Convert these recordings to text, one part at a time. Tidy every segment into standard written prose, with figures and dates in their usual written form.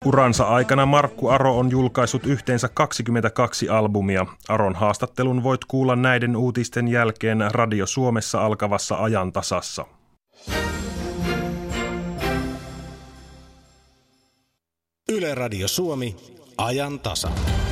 Uransa aikana Markku Aro on julkaissut yhteensä 22 albumia. Aron haastattelun voit kuulla näiden uutisten jälkeen Radio Suomessa alkavassa Ajantasassa. Yle Radio Suomi, Ajantasa.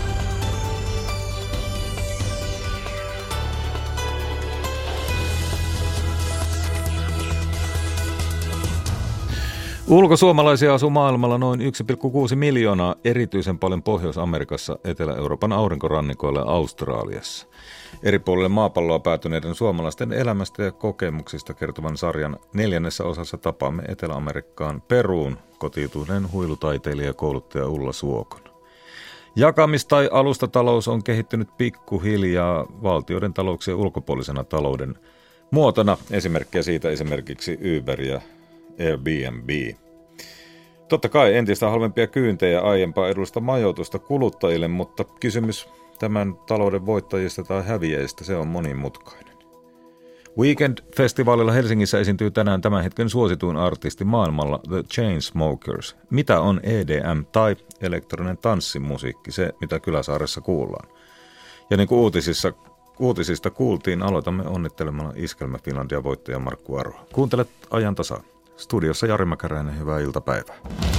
Ulkosuomalaisia asuu maailmalla noin 1,6 miljoonaa, erityisen paljon Pohjois-Amerikassa, Etelä-Euroopan aurinkorannikoilla ja Australiassa. Eri puolille maapalloa päätyneiden suomalaisten elämästä ja kokemuksista kertovan sarjan 4. osassa tapaamme Etelä-Amerikkaan Peruun kotiutuneen huilutaiteilija ja kouluttaja Ulla Suokon. Jakamis- tai alustatalous on kehittynyt pikkuhiljaa valtioiden talouksien ulkopuolisena talouden muotona. Esimerkkejä siitä esimerkiksi Uber ja Airbnb. Totta kai entistä halvempia kyyntejä aiempaa edullista majoitusta kuluttajille, mutta kysymys tämän talouden voittajista tai häviäjistä, se on monimutkainen. Weekend-festivaalilla Helsingissä esiintyy tänään tämän hetken suosituin artisti maailmalla, The Chainsmokers. Mitä on EDM tai elektroninen tanssimusiikki, se mitä Kyläsaaressa kuullaan? Ja niin kuin uutisista kuultiin, aloitamme onnittelemalla Iskelmä Finlandia voittaja Markku Aro. Kuuntelet Ajantasaa. Studiossa Jari Mäkäräinen, hyvää iltapäivää.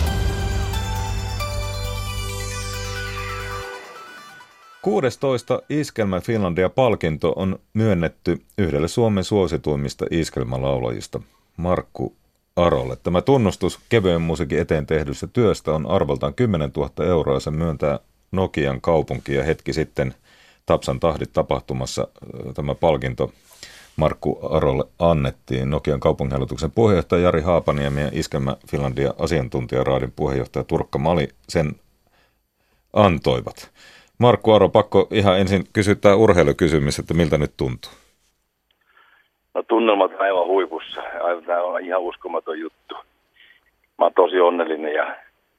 Kuudestoista Iskelmä Finlandia-palkinto on myönnetty yhdelle Suomen suosituimmista iskelmälaulajista, Markku Arolle. Tämä tunnustus kevyen musiikin eteen tehdystä työstä on arvoltaan 10 000 euroa ja se myöntää Nokian kaupunki ja hetki sitten Tapsan tahdit tapahtumassa tämä palkinto Markku Arolle annettiin. Nokian kaupunginhallituksen puheenjohtaja Jari Haapaniemi ja Iskelmä Finlandia asiantuntijaraadin puheenjohtaja Turkka Mali sen antoivat. Markku Aro, pakko ihan ensin kysyä tämä urheilukysymys, että miltä nyt tuntuu? No tunnelmat on aivan huipussa. Tämä on ihan uskomaton juttu. Mä oon tosi onnellinen ja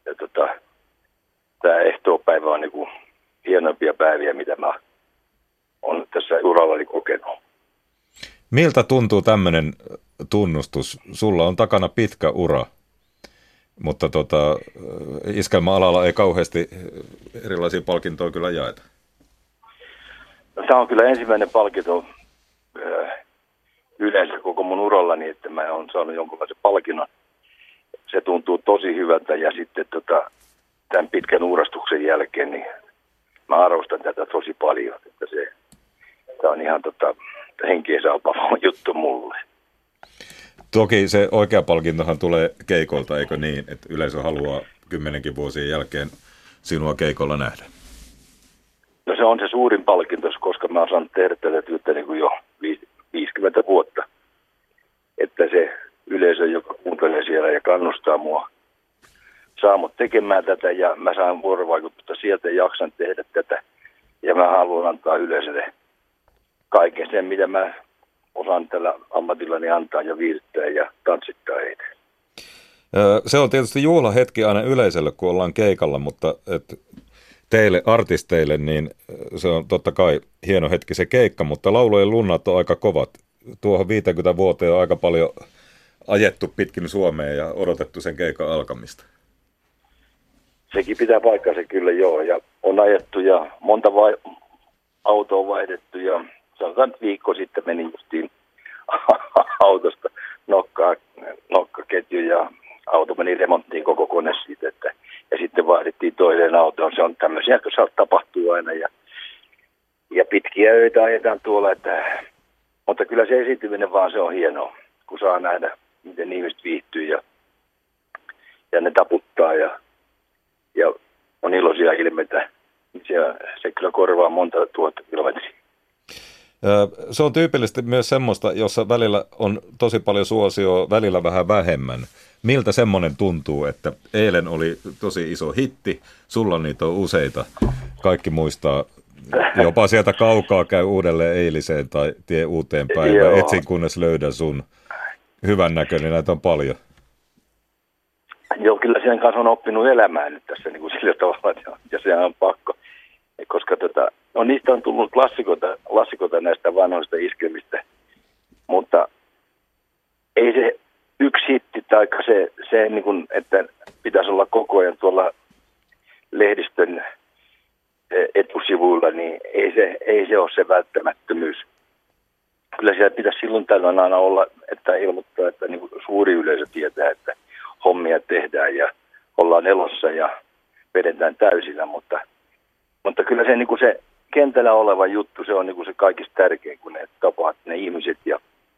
tämä ehtoopäivä on niinku hienompia päiviä, mitä mä oon tässä urallani kokenut. Miltä tuntuu tämmöinen tunnustus? Sulla on takana pitkä ura, mutta iskelmäalalla ei kauheasti erilaisia palkintoja kyllä jaeta. No, tämä on kyllä ensimmäinen palkinto yleensä koko mun urallani, että mä oon saanut jonkunlaisen palkinnon. Se tuntuu tosi hyvältä ja sitten tämän pitkän uurastuksen jälkeen niin mä arvostan tätä tosi paljon, että tämä on ihan henkeä saapava juttu mulle. Toki se oikea palkintohan tulee keikolta, eikö niin, että yleisö haluaa 10 vuosien jälkeen sinua keikolla nähdä? No se on se suurin palkinto, koska mä oon saanut tehdä tätä työtä niin kuin jo 50 vuotta. Että se yleisö, joka kuuntelee siellä ja kannustaa mua, saa mut tekemään tätä ja mä saan vuorovaikutusta sieltä ja jaksan tehdä tätä. Ja mä haluan antaa yleisölle kaiken sen, mitä mä osaan tällä ammatillani antaa ja viihdyttää ja tanssittaa heitä. Se on tietysti juhlahetki aina yleisölle, kun ollaan keikalla, mutta teille artisteille niin se on totta kai hieno hetki se keikka, mutta laulujen lunnat on aika kovat. Tuohon 50 vuoteen on aika paljon ajettu pitkin Suomea ja odotettu sen keikan alkamista. Sekin pitää paikkansa kyllä joo, ja on ajettu ja monta autoa vaihdettu ja sanotaan viikko sitten meni justiin autosta nokkaketju ja auto meni remonttiin koko kone siitä, ja sitten vaihdettiin toiseen autoon. Se on tämmöisiä, kun tapahtuu aina ja pitkiä öitä ajetaan tuolla, mutta kyllä se esiintyminen vaan se on hienoa, kun saa nähdä, miten ihmiset viihtyy ja ne taputtaa ja on iloisia ilmeitä. Se kyllä korvaa monta tuhatta kilometriä. Se on tyypillisesti myös semmoista, jossa välillä on tosi paljon suosioa, välillä vähän vähemmän. Miltä semmoinen tuntuu, että eilen oli tosi iso hitti, sulla niitä on useita, kaikki muistaa, jopa sieltä kaukaa käy uudelleen eiliseen tai tie uuteen päivään, etsin kunnes löydän sun hyvän näköinen, näitä on paljon. Joo, kyllä sen kanssa on oppinut elämään nyt tässä niin kuin sillä tavalla, ja sehän on pakko, koska niistä on tullut klassikoita näistä vanhoista iskelmistä, mutta ei se yksi hitti tai se niin kuin, että pitäisi olla koko ajan tuolla se ole se välttämättömyys. Kyllä siellä pitäisi silloin tällöin aina olla, että ilmoittaa, että niin kuin suuri yleisö tietää, että hommia tehdään ja ollaan elossa ja vedetään täysillä, mutta kyllä se, niin kuin se kentällä oleva juttu, se on niin kuin se kaikista tärkein, kun ne tapaat ne ihmiset ja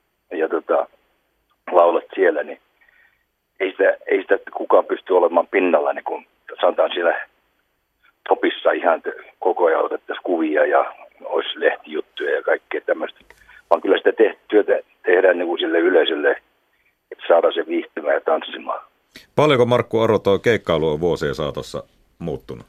laulat siellä, niin ei sitä kukaan pysty olemaan pinnalla, niin kun sanotaan siellä topissa ihan koko ajan otettaisiin kuvia ja olisi lehtijuttuja ja kaikkea tämmöistä. Vaan kyllä sitä työtä tehdään niin kuin sille yleisölle, että saadaan se viihtymään ja tanssimaan. Paljonko Markku Aro tuo keikkailu on vuosien saatossa muuttunut?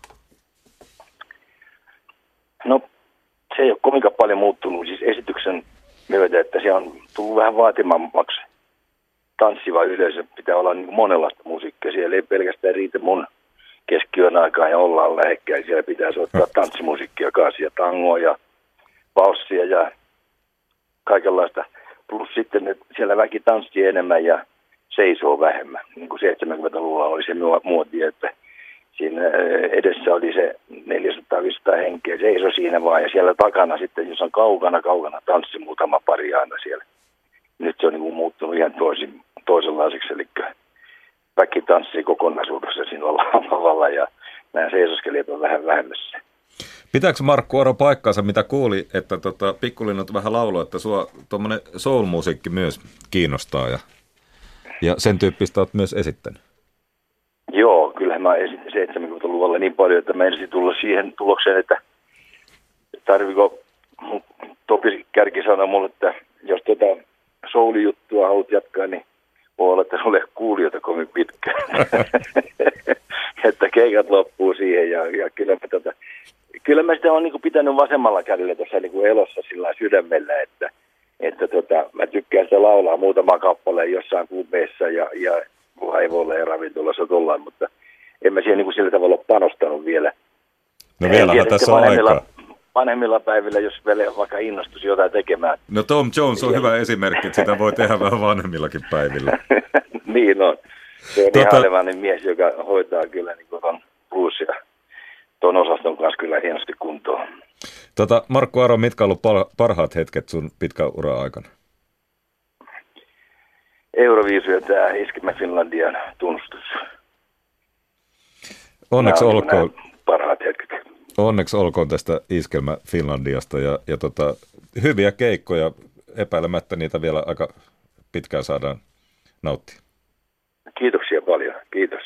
No se ei ole kovinkaan paljon muuttunut siis esityksen myötä, että se on tullut vähän vaatimammaksi. Tanssiva yleisö pitää olla niin kuin monenlaista musiikkia. Siellä ei pelkästään riitä mun keskiyön aikaan ja ollaan lähekkäin. Siellä pitää soittaa tanssimusiikkia kanssa ja tangoa ja valssia ja kaikenlaista. Plus sitten, että siellä väki tanssii enemmän ja seisoo vähemmän. Niin kuin 70-luvulla oli se muoti, että siinä edessä oli se 400-500 henkeä. Seisoi siinä vaan ja siellä takana sitten, jos on kaukana tanssi muutama pari aina siellä. Nyt se on niin kuin muuttunut ihan toisenlaiseksi, eli väki tanssii kokonaisuudessa siinä lavalla ja nämä seisoskelijat on vähän vähemmässä. Pitääkö Markku Aro paikkaansa, mitä kuuli, että Pikkulinnut vähän lauloi, että sua tuommoinen soul-musiikki myös kiinnostaa ja sen tyyppistä olet myös esittänyt? Joo, kyllähän mä esitin 70-luvulla niin paljon, että mä ensin tulla siihen tulokseen, että tarviko Topi Kärki sanoi mulle, että jos soul-juttua haluat jatkaa, niin voi olla, että sulle kuulijoita kovin pitkään. Että keikat loppuu siihen ja kyllä mä sitä on niin kuin pitänyt vasemmalla kädellä tuossa niin kuin elossa sillä sydämellä, että mä tykkään sitä laulaa muutaman kappaleen jossain klubeissa ja haivoilla ja ravintolassa tollaan, mutta en mä siihen niin kuin sillä tavalla ole panostanut vielä. No vielähän tässä on aikaa. Vanhemmilla päivillä, jos vaikka innostuisi jotain tekemään. No Tom Jones on hyvä esimerkki, että sitä voi tehdä vähän vanhemmillakin päivillä. Niin on. Se on ihailevainen mies, joka hoitaa kyllä niin ton blues ja ton osaston kanssa kyllä hienosti kuntoon. Markku Aro, mitkä on ollut parhaat hetket sun pitkän ura aikana? Euroviisu ja tämä Iskelmä Finlandian tunnustus. Onneksi olkoon. Parhaat hetket. Onneksi olkoon tästä Iskelmä Finlandiasta ja hyviä keikkoja, epäilemättä niitä vielä aika pitkään saadaan nauttia. Kiitoksia paljon, kiitos.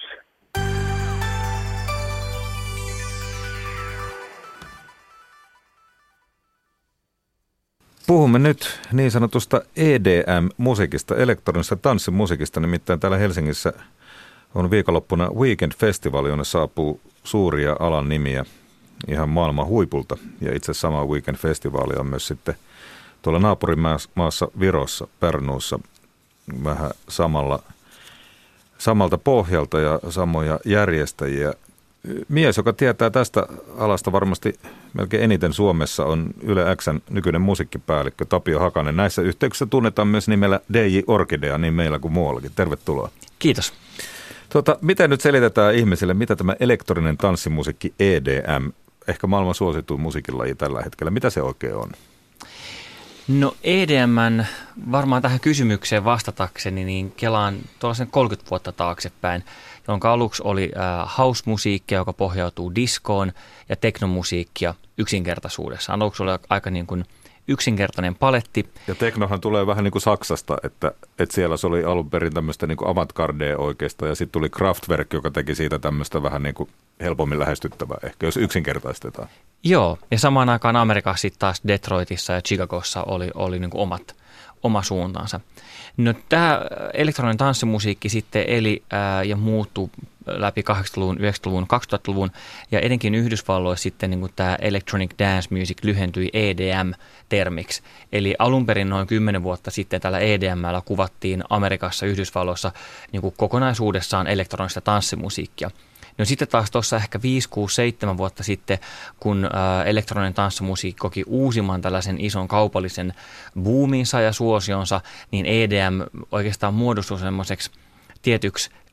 Puhumme nyt niin sanotusta EDM-musiikista, elektronisesta tanssimusiikista, nimittäin täällä Helsingissä on viikonloppuna Weekend-festivaali, jonne saapuu suuria alan nimiä ihan maailman huipulta. Ja itse sama Weekend-festivaali on myös sitten tuolla naapurimaassa Virossa, Pärnuussa vähän samalta pohjalta ja samoja järjestäjiä. Mies, joka tietää tästä alasta varmasti melkein eniten Suomessa, on Yle X:n nykyinen musiikkipäällikkö Tapio Hakanen. Näissä yhteyksissä tunnetaan myös nimellä DJ Orkidea niin meillä kuin muuallakin. Tervetuloa. Kiitos. Miten nyt selitetään ihmisille, mitä tämä elektroninen tanssimusiikki EDM, ehkä maailman suosituin musiikinlaji tällä hetkellä, mitä se oikein on? No EDM:n varmaan tähän kysymykseen vastatakseni, niin kelaan tuollaisen 30 vuotta taaksepäin, jonka aluksi oli house-musiikkia, joka pohjautuu diskoon ja teknomusiikkia yksinkertaisuudessa. Aluksi oli aika niin kuin yksinkertainen paletti. Ja teknohan tulee vähän niin kuin Saksasta, että siellä se oli alun perin tämmöistä niin kuin avantgardea oikeastaan, ja sitten tuli Kraftwerk, joka teki siitä tämmöistä vähän niin kuin helpommin lähestyttävää ehkä, jos yksinkertaistetaan. Joo, ja samaan aikaan Amerikassa sitten taas Detroitissa ja Chicagossa oli niin kuin oma suuntaansa. No tämä elektroninen tanssimusiikki sitten eli ja muuttui läpi 80-luvun, 90-luvun, 2000-luvun ja etenkin Yhdysvalloissa sitten niin kuin tämä Electronic Dance Music lyhentyi EDM-termiksi. Eli alun perin noin 10 vuotta sitten tällä EDM:llä kuvattiin Amerikassa, Yhdysvalloissa niin kuin kokonaisuudessaan elektronista tanssimusiikkia. No sitten taas tuossa ehkä 5, 6, 7 vuotta sitten, kun elektroninen tanssimusiikki koki uusimman tällaisen ison kaupallisen boominsa ja suosionsa, niin EDM oikeastaan muodostui semmoiseksi tietyksi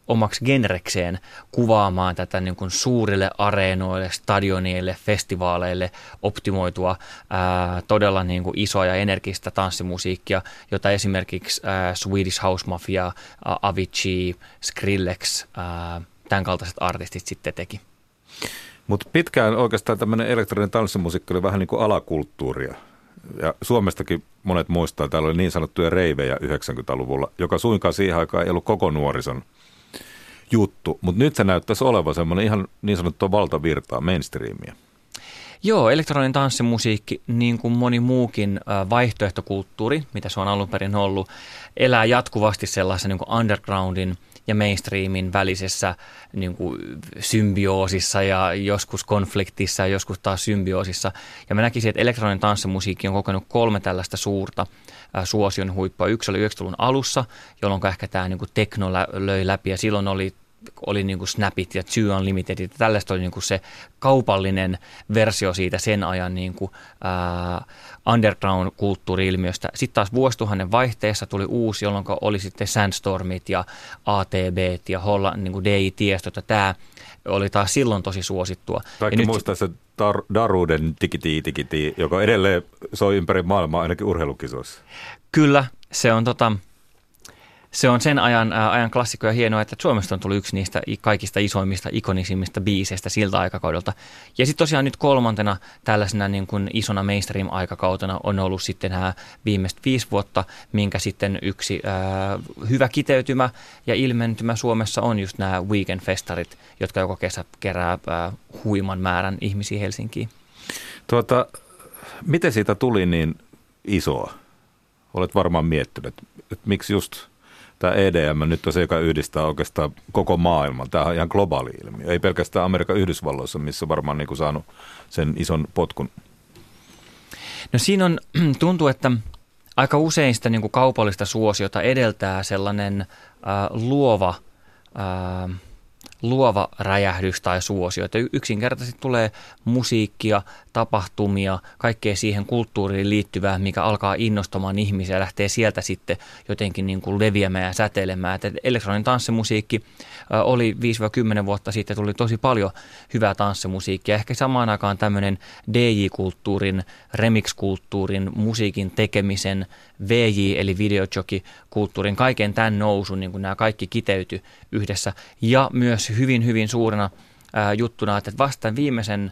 omaksi genrekseen kuvaamaan tätä niin kuin suurille areenoille, stadioneille, festivaaleille optimoitua todella niin kuin isoa ja energistä tanssimusiikkia, jota esimerkiksi Swedish House Mafia, Avicii, Skrillex, tämän kaltaiset artistit sitten teki. Mutta pitkään oikeastaan tämmöinen elektroninen tanssimusiikki oli vähän niin kuin alakulttuuria. Ja Suomestakin monet muistaa, täällä oli niin sanottuja reivejä 90-luvulla, joka suinkaan siihen aikaan ei ollut koko nuorison juttu. Mutta nyt se näyttäisi olevan semmoinen ihan niin sanottua valtavirtaa, mainstreamia. Joo, elektroninen tanssimusiikki, niin kuin moni muukin vaihtoehtokulttuuri, mitä se on alun perin ollut, elää jatkuvasti sellaisen niin kuin undergroundin ja mainstreamin välisessä niin kuin symbioosissa ja joskus konfliktissa ja joskus taas symbioosissa. Ja mä näkisin, että elektroninen tanssimusiikki on kokenut 3 tällaista suurta suosion huippua. Yksi oli 90-luvun alussa, jolloin ehkä tämä niin kuin tekno löi läpi ja silloin oli niin kuin Snapit ja Two Unlimitedit. Tällaista oli niin kuin se kaupallinen versio siitä sen ajan niin kuin, underground-kulttuuri-ilmiöstä. Sitten taas vuosituhannen vaihteessa tuli uusi, jolloin oli sitten Sandstormit ja ATBt ja niin kuin DJ-tiestot. Tämä oli taas silloin tosi suosittua. Kaikki muistaa se Daruuden tikiti, joka edelleen soi ympäri maailmaa ainakin urheilukisoissa. Kyllä, se on sen ajan klassikko ja hienoa, että Suomesta on tullut yksi niistä kaikista isoimmista, ikonisimmista biiseistä siltä aikakaudelta. Ja sitten tosiaan nyt 3. tällaisena niin kuin isona mainstream-aikakautena on ollut sitten nämä viimeiset 5 vuotta, minkä sitten yksi hyvä kiteytymä ja ilmentymä Suomessa on just nämä weekend-festarit, jotka joko kesä kerää huiman määrän ihmisiä Helsinkiin. Miten siitä tuli niin isoa? Olet varmaan miettinyt, että miksi just tämä EDM nyt on se, joka yhdistää oikeastaan koko maailman. Tämä on ihan globaali ilmiö. Ei pelkästään Amerikan Yhdysvalloissa, missä varmaan niin kuin saanut sen ison potkun. No siinä tuntuu, että aika usein sitä niin kuin kaupallista suosiota edeltää sellainen luova räjähdys tai suosio. Että yksinkertaisesti tulee musiikkia, tapahtumia, kaikkea siihen kulttuuriin liittyvää, mikä alkaa innostamaan ihmisiä ja lähtee sieltä sitten jotenkin niin kuin leviämään ja säteilemään. Että elektroninen tanssimusiikki oli 5-10 vuotta sitten, tuli tosi paljon hyvää tanssimusiikkia. Ehkä samaan aikaan tämmöinen DJ-kulttuurin, remix-kulttuurin, musiikin tekemisen, VJ eli videojockey-kulttuurin, kaiken tämän nousun, niin kuin nämä kaikki kiteytyi yhdessä. Ja myös hyvin suurena juttuna, että vasta viimeisen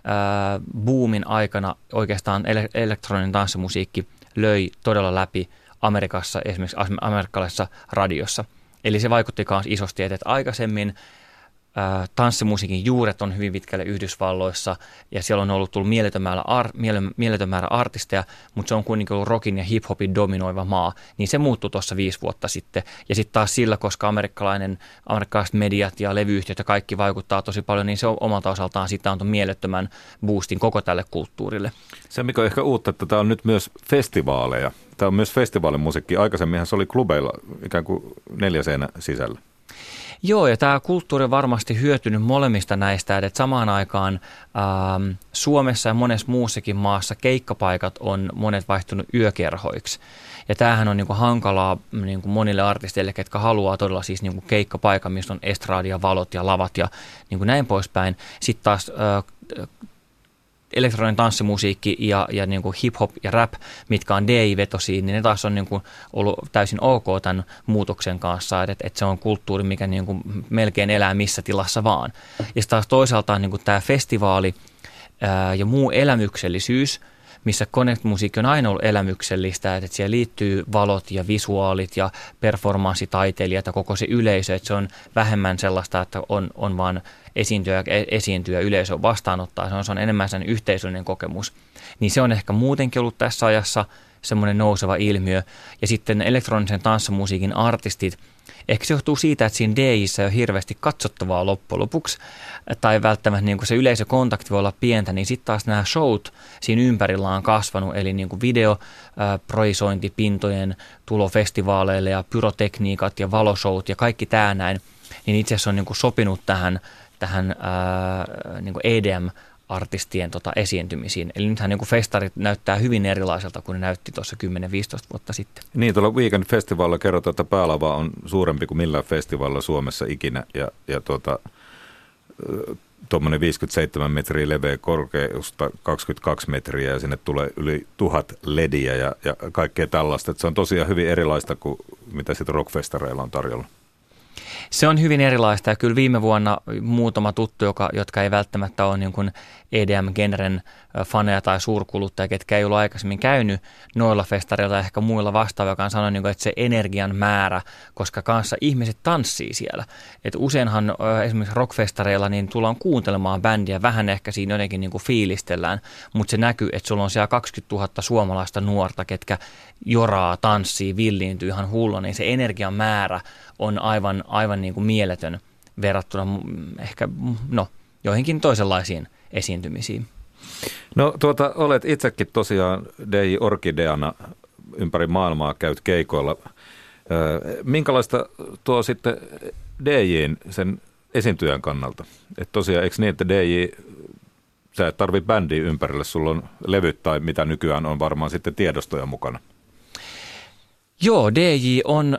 boomin aikana oikeastaan elektroninen tanssimusiikki löi todella läpi Amerikassa, esimerkiksi amerikkalaisessa radiossa. Eli se vaikutti myös isosti, että aikaisemmin tanssimusiikin juuret on hyvin pitkälle Yhdysvalloissa ja siellä on tullut mieletön määrä artisteja, mutta se on kuitenkin ollut rockin ja hip-hopin dominoiva maa, niin se muuttui tuossa 5 vuotta sitten. Ja sitten taas sillä, koska amerikkalaiset mediat ja levyyhtiöt ja kaikki vaikuttaa tosi paljon, niin se on omalta osaltaan sitten antoi mielettömän boostin koko tälle kulttuurille. Se, mikä on ehkä uutta, että tämä on nyt myös festivaaleja. Tämä on myös festivaalimusiikki. Aikaisemminhan se oli klubeilla ikään kuin 4 seinän sisällä. Joo, ja tämä kulttuuri on varmasti hyötynyt molemmista näistä, että samaan aikaan Suomessa ja monessa muussakin maassa keikkapaikat on monet vaihtunut yökerhoiksi. Ja tämähän on niinku hankalaa niinku monille artisteille, jotka haluaa todella siis niinku keikkapaikan, missä on estradia, valot ja lavat ja niinku näin poispäin. Sitten taas elektroninen tanssimusiikki ja niin kuin hip-hop ja rap, mitkä on DJ-vetosia, niin ne taas on niin kuin ollut täysin ok tämän muutoksen kanssa, että se on kulttuuri, mikä niin kuin melkein elää missä tilassa vaan. Ja taas toisaalta niin kuin tämä festivaali ja muu elämyksellisyys, missä Connect-musiikki on aina ollut elämyksellistä, että siellä liittyy valot ja visuaalit ja performanssitaiteilijat ja koko se yleisö, että se on vähemmän sellaista, että on vaan esiintyä yleisö vastaanottaa, se on enemmän sen yhteisöllinen kokemus. Niin se on ehkä muutenkin ollut tässä ajassa semmoinen nouseva ilmiö. Ja sitten elektronisen tanssimusiikin artistit, ehkä se johtuu siitä, että siinä DJissä ei ole hirveästi katsottavaa loppujen lopuksi, tai välttämättä niin kuin se yleisökontakti voi olla pientä, niin sitten taas nämä showt siinä ympärillä on kasvanut, eli niin kuin videoprojisointipintojen tulo festivaaleille ja pyrotekniikat ja valoshowt ja kaikki tämä näin, niin itse asiassa on niin kuin sopinut tähän niin kuin EDM artistien esiintymisiin. Eli nythän niin kuin festarit näyttää hyvin erilaiselta kuin ne näytti tuossa 10-15 vuotta sitten. Niin, tuolla Weekend-festivaalilla kerrotaan, että päälava on suurempi kuin millään festivaalilla Suomessa ikinä ja tuommoinen 57 metriä leveä, korkeusta 22 metriä ja sinne tulee yli 1000 lediä ja kaikkea tällaista. Että se on tosiaan hyvin erilaista kuin mitä sitten rockfestareilla on tarjolla. Se on hyvin erilaista ja kyllä viime vuonna muutama tuttu, jotka ei välttämättä ole niin kuin EDM-genren faneja tai suurkuluttajia, ketkä ei ollut aikaisemmin käynyt noilla festareilla ja ehkä muilla vastaavilla, joka on sanonut, että se energian määrä, koska kanssa ihmiset tanssii siellä. Et useinhan esimerkiksi rockfestareilla niin tullaan kuuntelemaan bändiä, vähän ehkä siinä jotenkin niin kuin fiilistellään, mutta se näkyy, että sulla on siellä 20 000 suomalaista nuorta, ketkä joraa, tanssii, villiintyy ihan hulluna, niin se energian määrä on aivan niin kuin mieletön verrattuna ehkä joihinkin toisenlaisiin esiintymisiin. No olet itsekin tosiaan DJ Orkideana ympäri maailmaa käyt keikoilla. Minkälaista tuo sitten DJ:n sen esiintyjän kannalta? Että tosiaan eikö niin, että DJ, sä et tarvitse bändiä ympärille, sulla on levyt tai mitä nykyään on varmaan sitten tiedostoja mukana. Joo, DJ on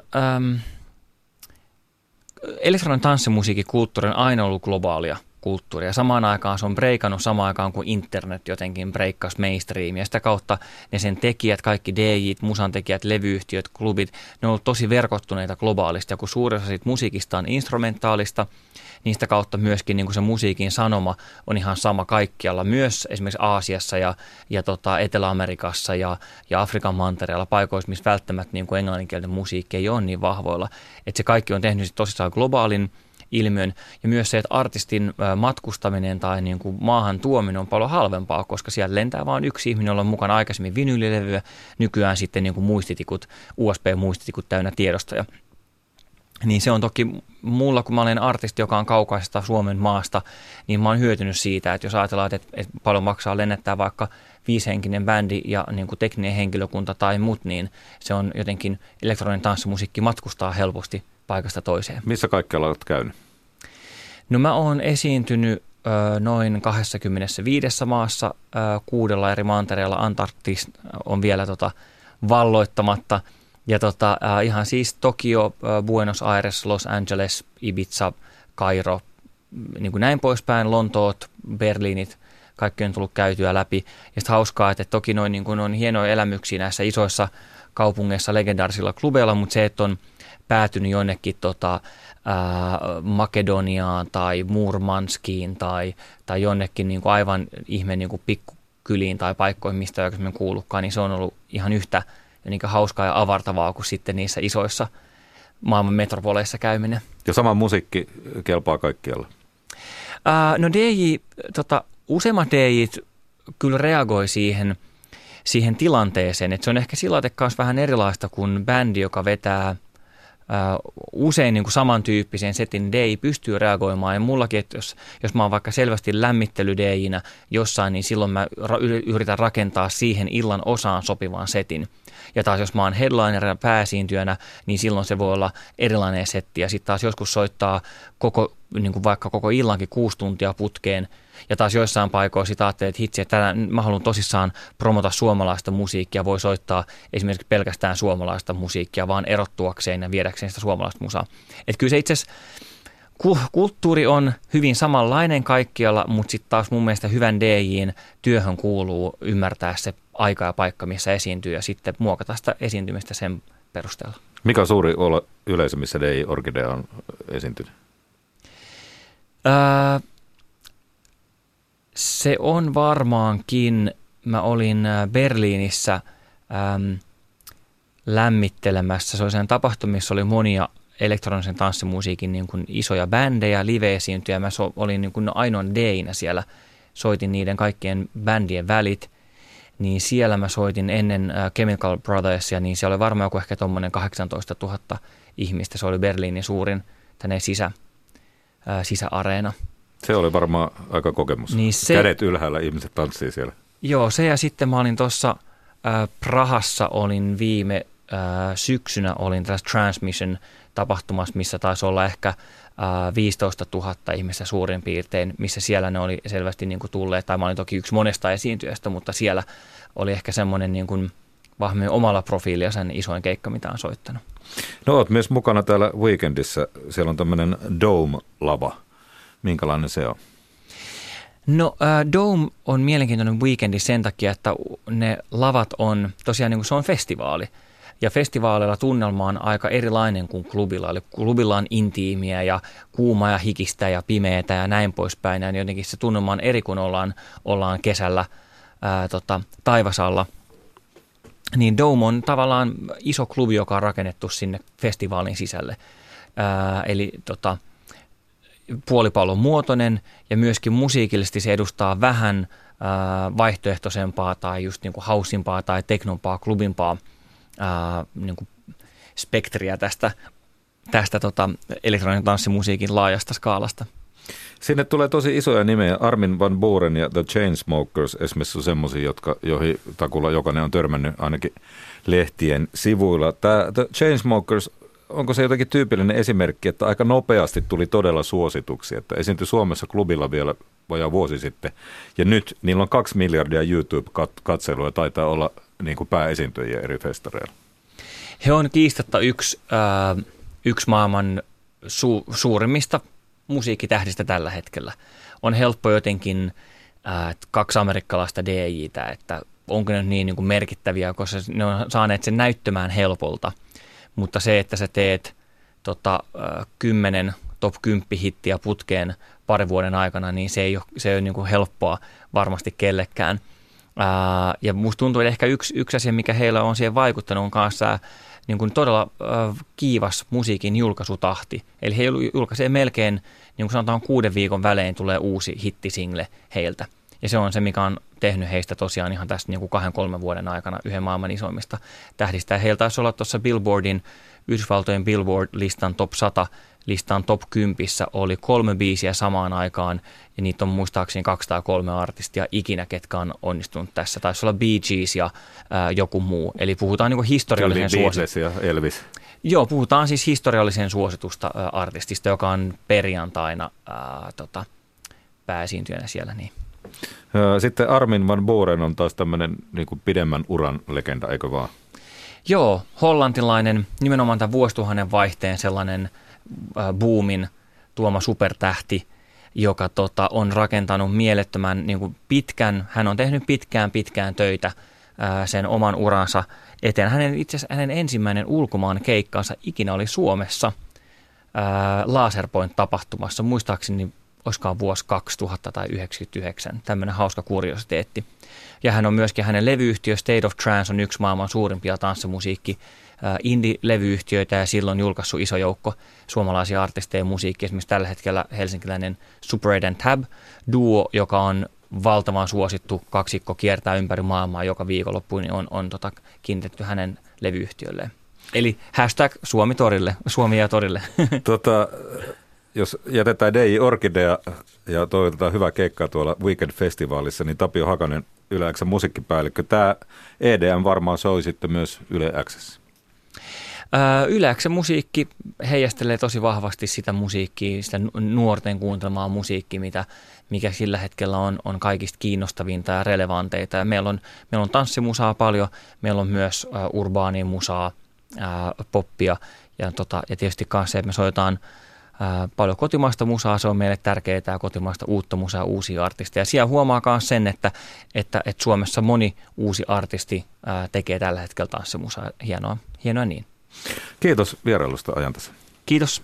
elektroninen tanssimusiikin kulttuuri on aina ollut globaalia kulttuuria. Ja samaan aikaan se on breikannut samaan aikaan kuin internet jotenkin breikkasi mainstreamia. Ja sitä kautta ne sen tekijät, kaikki DJ:t, musantekijät, levyyhtiöt, klubit, ne on ollut tosi verkottuneita globaalisti. Ja kun suurin osa siitä musiikista on instrumentaalista, niin sitä kautta myöskin niin kuin se musiikin sanoma on ihan sama kaikkialla. Myös esimerkiksi Aasiassa ja Etelä-Amerikassa ja Afrikan mantereella paikoissa, missä välttämättä niin kuin englanninkielinen musiikki ei ole niin vahvoilla. Että se kaikki on tehnyt tosissaan globaalin ilmiön ja myös se, että artistin matkustaminen tai niin kuin maahan tuominen on paljon halvempaa, koska siellä lentää vain yksi ihminen, jolla on mukana aikaisemmin vinylilevyä, nykyään sitten niin kuin muistitikut, USB-muistitikut täynnä tiedostoja. Niin se on toki mulla, kun mä olen artisti, joka on kaukaisesta Suomen maasta, niin mä oon hyötynyt siitä, että jos ajatellaan, että paljon maksaa lennättää vaikka 5-henkinen bändi ja niin kuin tekninen henkilökunta tai muut, niin se on jotenkin elektroninen tanssimusiikki matkustaa helposti paikasta toiseen. Missä kaikkialla olet käynyt? No mä oon esiintynyt noin 25 maassa, 6 eri mantereella. Antarktis on vielä valloittamatta. Ja ihan siis Tokio, Buenos Aires, Los Angeles, Ibiza, Kairo, niin kuin näin poispäin, Lontoot, Berliinit, kaikki on tullut käytyä läpi. Ja sitten hauskaa, että toki noin niin kuin on hienoja elämyksiä näissä isoissa kaupungeissa, legendaarisilla klubeilla, mutta se, että on päätynyt jonnekin Makedoniaan tai Murmanskiin tai jonnekin niin kuin aivan ihme niin kuin pikkukyliin tai paikkoihin, mistä ei oikeastaan kuulukaan, niin se on ollut ihan yhtä niin hauskaa ja avartavaa kuin sitten niissä isoissa maailman metropoleissa käyminen. Ja sama musiikki kelpaa kaikkialla? No useimmat DJt kyllä reagoi siihen tilanteeseen, että se on ehkä sillä tavalla vähän erilaista kuin bändi, joka vetää usein niin kuin samantyyppisen setin DJ pystyy reagoimaan. Ja mullakin, että jos mä oon vaikka selvästi lämmittely-DJinä jossain, niin silloin mä yritän rakentaa siihen illan osaan sopivan setin. Ja taas jos mä oon headlinerina pääesiintyjänä, niin silloin se voi olla erilainen setti. Ja sitten taas joskus soittaa niin kuin vaikka koko illankin 6 tuntia putkeen. Ja taas joissain paikoissa sitä ajattelee, että hitsi, että mä haluan tosissaan promota suomalaista musiikkia. Voi soittaa esimerkiksi pelkästään suomalaista musiikkia, vaan erottuakseen ja viedäkseen sitä suomalaista musaa. Että kyllä se itse asiassa kulttuuri on hyvin samanlainen kaikkialla, mutta sitten taas mun mielestä hyvän DJ:n työhön kuuluu ymmärtää se aika ja paikka, missä esiintyy ja sitten muokata sitä esiintymistä sen perusteella. Mikä on suuri yleisö, missä DJ Orkidea on esiintynyt? Se on varmaankin, mä olin Berliinissä lämmittelemässä. Se oli sen tapahtuma, missä oli monia elektronisen tanssimusiikin niin kuin isoja bändejä, live-esiintyjä. Mä olin niin kuin ainoan DJ:nä siellä, soitin niiden kaikkien bändien välit. Niin siellä mä soitin ennen Chemical Brothersia, niin siellä oli varmaan joku ehkä tuommoinen 18 000 ihmistä. Se oli Berliinin suurin tänne sisäareena. Se oli varmaan aika kokemus. Niin Kädet ylhäällä, ihmiset tanssii siellä. Joo, se ja sitten mä olin tuossa Prahassa, olin viime syksynä olin tässä Transmission-tapahtumassa, missä taisi olla ehkä 15 000 ihmistä suurin piirtein, missä siellä ne oli selvästi niin kuin tulleet, tai mä olin toki yksi monesta esiintyjästä, mutta siellä oli ehkä semmoinen niin kuin vahvemmin omalla profiilia sen isoin keikka, mitä on soittanut. No oot myös mukana täällä Weekendissä. Siellä on tämmöinen Dome-lava. Minkälainen se on? No Dome on mielenkiintoinen Weekendi sen takia, että ne lavat on tosiaan niin kuin se on festivaali. Ja festivaalilla tunnelma on aika erilainen kuin klubilla. Eli klubilla on intiimiä ja kuumaa ja hikistä ja pimeätä ja näin poispäin. Ja jotenkin se tunnelma on eri, kun ollaan kesällä taivasalla. Niin Dome on tavallaan iso klubi, joka on rakennettu sinne festivaalin sisälle. Eli puolipallon muotoinen ja myöskin musiikillisesti se edustaa vähän vaihtoehtoisempaa tai just niin kuin hausimpaa tai teknompaa, klubimpaa niin kuin spektriä tästä elektroninen tanssimusiikin laajasta skaalasta. Sinne tulee tosi isoja nimejä. Armin van Buuren ja The Chainsmokers esimerkiksi on semmoisia, joihin takulla jokainen on törmännyt ainakin lehtien sivuilla. Tämä The Chainsmokers, onko se jotenkin tyypillinen esimerkki, että aika nopeasti tuli todella suosituksia, että esiintyi Suomessa klubilla vielä vajaa vuosi sitten. Ja nyt niillä on 2 miljardia YouTube-katselua ja taitaa olla niin kuin pääesiintyjiä eri festareilla. He on kiistatta yksi maailman suurimmista musiikkitähdistä tällä hetkellä. On helppo jotenkin 2 amerikkalaista DJ:tä, että onko ne niin kuin merkittäviä, koska ne on saaneet sen näyttämään helpolta. Mutta se, että sä teet 10 top 10 hittiä putkeen parin vuoden aikana, niin se ei ole niin kuin helppoa varmasti kellekään. Ja musta tuntuu, että ehkä yksi asia, mikä heillä on siihen vaikuttanut, on kanssa niin kuin todella kiivas musiikin julkaisutahti. Eli he julkaisee melkein, niin kuin sanotaan 6 viikon välein tulee uusi hittisingle heiltä. Ja se on se, mikä on tehnyt heistä tosiaan ihan tästä niin kuin 2-3 vuoden aikana yhden maailman isoimmista tähdistä. Ja heillä taisi olla tuossa Yhdysvaltojen Billboard-listan top 100 listan top 10 oli 3 biisiä samaan aikaan, ja niitä on muistaakseni 2 tai 3 artistia ikinä, ketkä on onnistunut tässä. Taisi olla Bee Gees ja joku muu. Eli puhutaan niin kuin historiallisen suositusta. ja Elvis. Joo, puhutaan siis historiallisen suositusta artistista, joka on perjantaina pääesiintyjänä siellä. Niin. Sitten Armin van Buuren on taas tämmöinen niin kuin pidemmän uran legenda, eikö vaan? Joo, hollantilainen, nimenomaan tämän vuosituhannen vaihteen sellainen boomin tuoma supertähti, joka on rakentanut mielettömän niin kuin pitkän, hän on tehnyt pitkään töitä sen oman uransa eteen. Itse asiassa hänen ensimmäinen ulkomaan keikkansa ikinä oli Suomessa Laserpoint-tapahtumassa, muistaakseni olisikohan vuosi 2000 tai 1999, tämmöinen hauska kuriositeetti. Ja hän on myöskin, hänen levyyhtiö State of Trance on yksi maailman suurimpia tanssimusiikki indie-levyyhtiöitä ja silloin julkaissut iso joukko suomalaisia artisteja musiikkia. Esimerkiksi tällä hetkellä helsinkiläinen Super 8 Tab duo, joka on valtavan suosittu kaksikko, kiertää ympäri maailmaa joka viikonloppu, niin on kiinnitetty hänen levyyhtiölleen. Eli hashtag Suomi torille, Suomi ja torille. Jos jätetään DJ Orkidea ja toivotetaan hyvää keikkaa tuolla Weekend-festivaalissa, niin Tapio Hakanen, Yle X:n musiikkipäällikkö. Tämä EDM varmaan soi sitten myös Yle X:ssä. Yle X:n musiikki heijastelee tosi vahvasti sitä musiikkia, sitä nuorten kuuntelemaa musiikkia, mikä sillä hetkellä on kaikista kiinnostavinta ja relevanteita. Ja meillä on tanssimusaa paljon, meillä on myös urbaania musaa, poppia ja tietysti kanssa se, että me soitaan paljon kotimaista musaa, se on meille tärkeää, kotimaista uutta musaa, uusia artisteja. Siellä huomaa myös sen, että Suomessa moni uusi artisti tekee tällä hetkellä tanssimusaa. Hienoa niin. Kiitos vierailusta Ajantasa. Kiitos.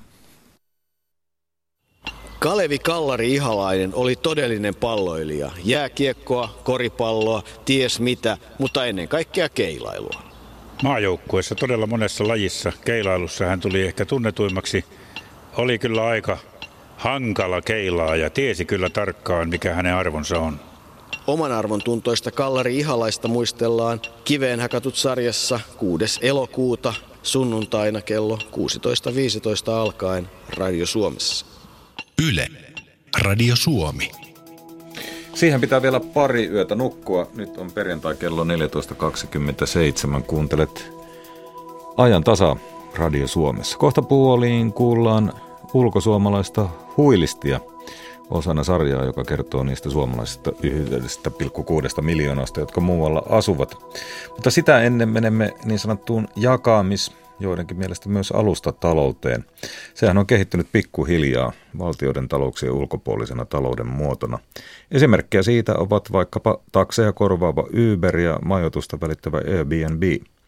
Kalevi Kallari Ihalainen oli todellinen palloilija. Jääkiekkoa, koripalloa, ties mitä, mutta ennen kaikkea keilailua. Maajoukkueessa todella monessa lajissa. Keilailussa hän tuli ehkä tunnetuimmaksi. Oli kyllä aika hankala keilaa ja tiesi kyllä tarkkaan, mikä hänen arvonsa on. Oman arvon tuntoista Kallari Ihalaista muistellaan Kiveen hakatut -sarjassa 6. elokuuta sunnuntaina kello 16.15 alkaen Radio Suomessa. Yle, Radio Suomi. Siihen pitää vielä pari yötä nukkua. Nyt on perjantai kello 14.27. Kuuntelet Ajan tasa Radio Suomessa. Kohta puoliin kuullaan ulkosuomalaista huilistia osana sarjaa, joka kertoo niistä suomalaisista 1,6 miljoonasta, jotka muualla asuvat. Mutta sitä ennen menemme niin sanottuun joidenkin mielestä myös alustatalouteen. Sehän on kehittynyt pikkuhiljaa valtioiden talouksien ulkopuolisena talouden muotona. Esimerkkejä siitä ovat vaikkapa takseja korvaava Uber ja majoitusta välittävä Airbnb.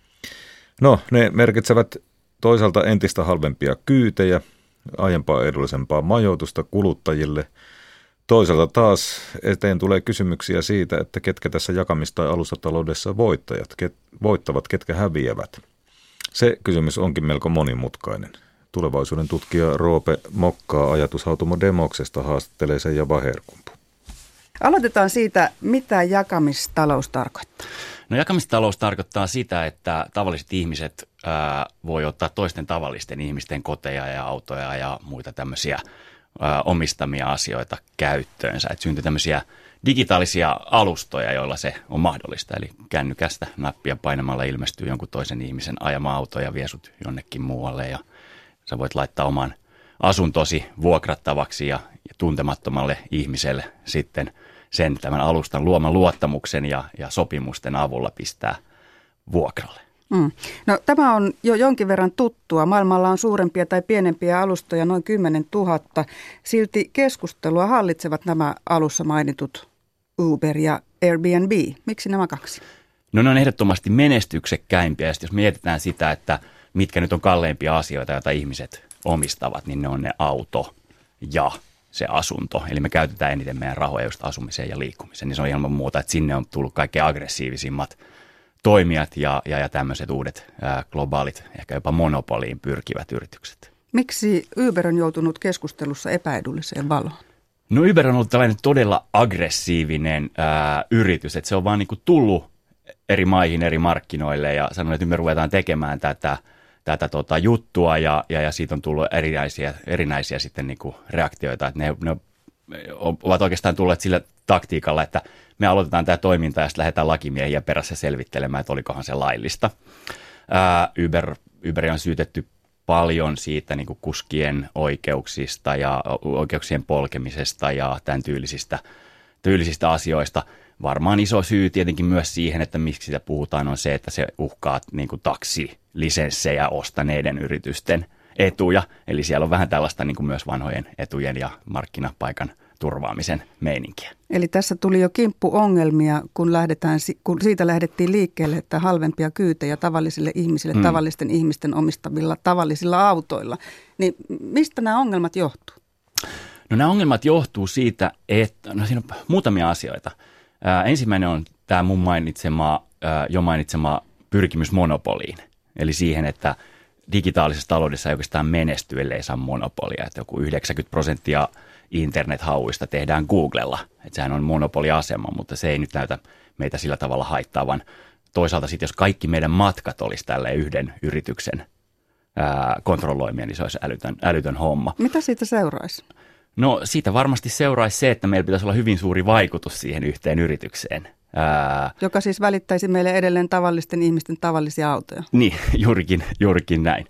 No, ne merkitsevät toisaalta entistä halvempia kyytejä, aiempaa edullisempaa majoitusta kuluttajille. Toisaalta taas eteen tulee kysymyksiä siitä, että ketkä tässä jakamis- tai alustataloudessa voittavat, ketkä häviävät. Se kysymys onkin melko monimutkainen. Tulevaisuuden tutkija Roope Mokkaa ajatushautomo Demoksesta haastattelee Seija Vaherkumpu. Aloitetaan siitä, mitä jakamistalous tarkoittaa. No jakamistalous tarkoittaa sitä, että tavalliset ihmiset voi ottaa toisten tavallisten ihmisten koteja ja autoja ja muita tämmöisiä omistamia asioita käyttöönsä. Että syntyy tämmöisiä digitaalisia alustoja, joilla se on mahdollista. Eli kännykästä nappia painamalla ilmestyy jonkun toisen ihmisen ajama auto ja vie sut jonnekin muualle. Ja sä voit laittaa oman asuntosi vuokrattavaksi ja tuntemattomalle ihmiselle sitten sen tämän alustan luoman luottamuksen ja sopimusten avulla pistää vuokralle. No, tämä on jo jonkin verran tuttua. Maailmalla on suurempia tai pienempiä alustoja noin 10 000. Silti keskustelua hallitsevat nämä alussa mainitut Uber ja Airbnb. Miksi nämä kaksi? No ne on ehdottomasti menestyksekkäimpiä. Ja jos mietitään sitä, että mitkä nyt on kalleimpia asioita, joita ihmiset omistavat, niin ne on ne auto ja se asunto. Eli me käytetään eniten meidän rahoja just asumiseen ja liikkumiseen. Niin se on ilman muuta, että sinne on tullut kaikkein aggressiivisimmat toimijat ja tämmöiset uudet globaalit, ehkä jopa monopoliin pyrkivät yritykset. Miksi Uber on joutunut keskustelussa epäedulliseen valoon? No Uber on ollut tällainen todella aggressiivinen yritys, että se on vaan niin kuin tullut eri maihin, eri markkinoille ja sanonut, että me ruvetaan tekemään tätä juttua ja siitä on tullut erinäisiä sitten niin kuin reaktioita, että ne ovat oikeastaan tulleet sillä taktiikalla, että me aloitetaan tämä toiminta ja sitten lähdetään lakimiehiä perässä selvittelemään, että olikohan se laillista. Uberia on syytetty paljon siitä niin kuin kuskien oikeuksista ja oikeuksien polkemisesta ja tämän tyylisistä asioista. Varmaan iso syy tietenkin myös siihen, että miksi sitä puhutaan, on se, että se uhkaa niin kuin taksilisenssejä ostaneiden yritysten etuja. Eli siellä on vähän tällaista niin kuin myös vanhojen etujen ja markkinapaikan turvaamisen meininkiä. Eli tässä tuli jo kimppuongelmia, kun siitä lähdettiin liikkeelle, että halvempia kyytejä tavallisille ihmisille, tavallisten ihmisten omistamilla tavallisilla autoilla. Niin mistä nämä ongelmat johtuu? No nämä ongelmat johtuu siitä, että siinä on muutamia asioita. Ensimmäinen on tämä mun mainitsema pyrkimys monopoliin. Eli siihen, että digitaalisessa taloudessa ei oikeastaan menesty, ellei saa monopolia. Että joku 90% internet-hauista tehdään Googlella. Että sehän on monopoliasema, mutta se ei nyt näytä meitä sillä tavalla haittaavan. Toisaalta sitten, jos kaikki meidän matkat olisi tälleen yhden yrityksen kontrolloimia, niin se olisi älytön homma. Mitä siitä seuraisi? No siitä varmasti seuraisi se, että meillä pitäisi olla hyvin suuri vaikutus siihen yhteen yritykseen. Joka siis välittäisi meille edelleen tavallisten ihmisten tavallisia autoja. Niin, juurikin näin.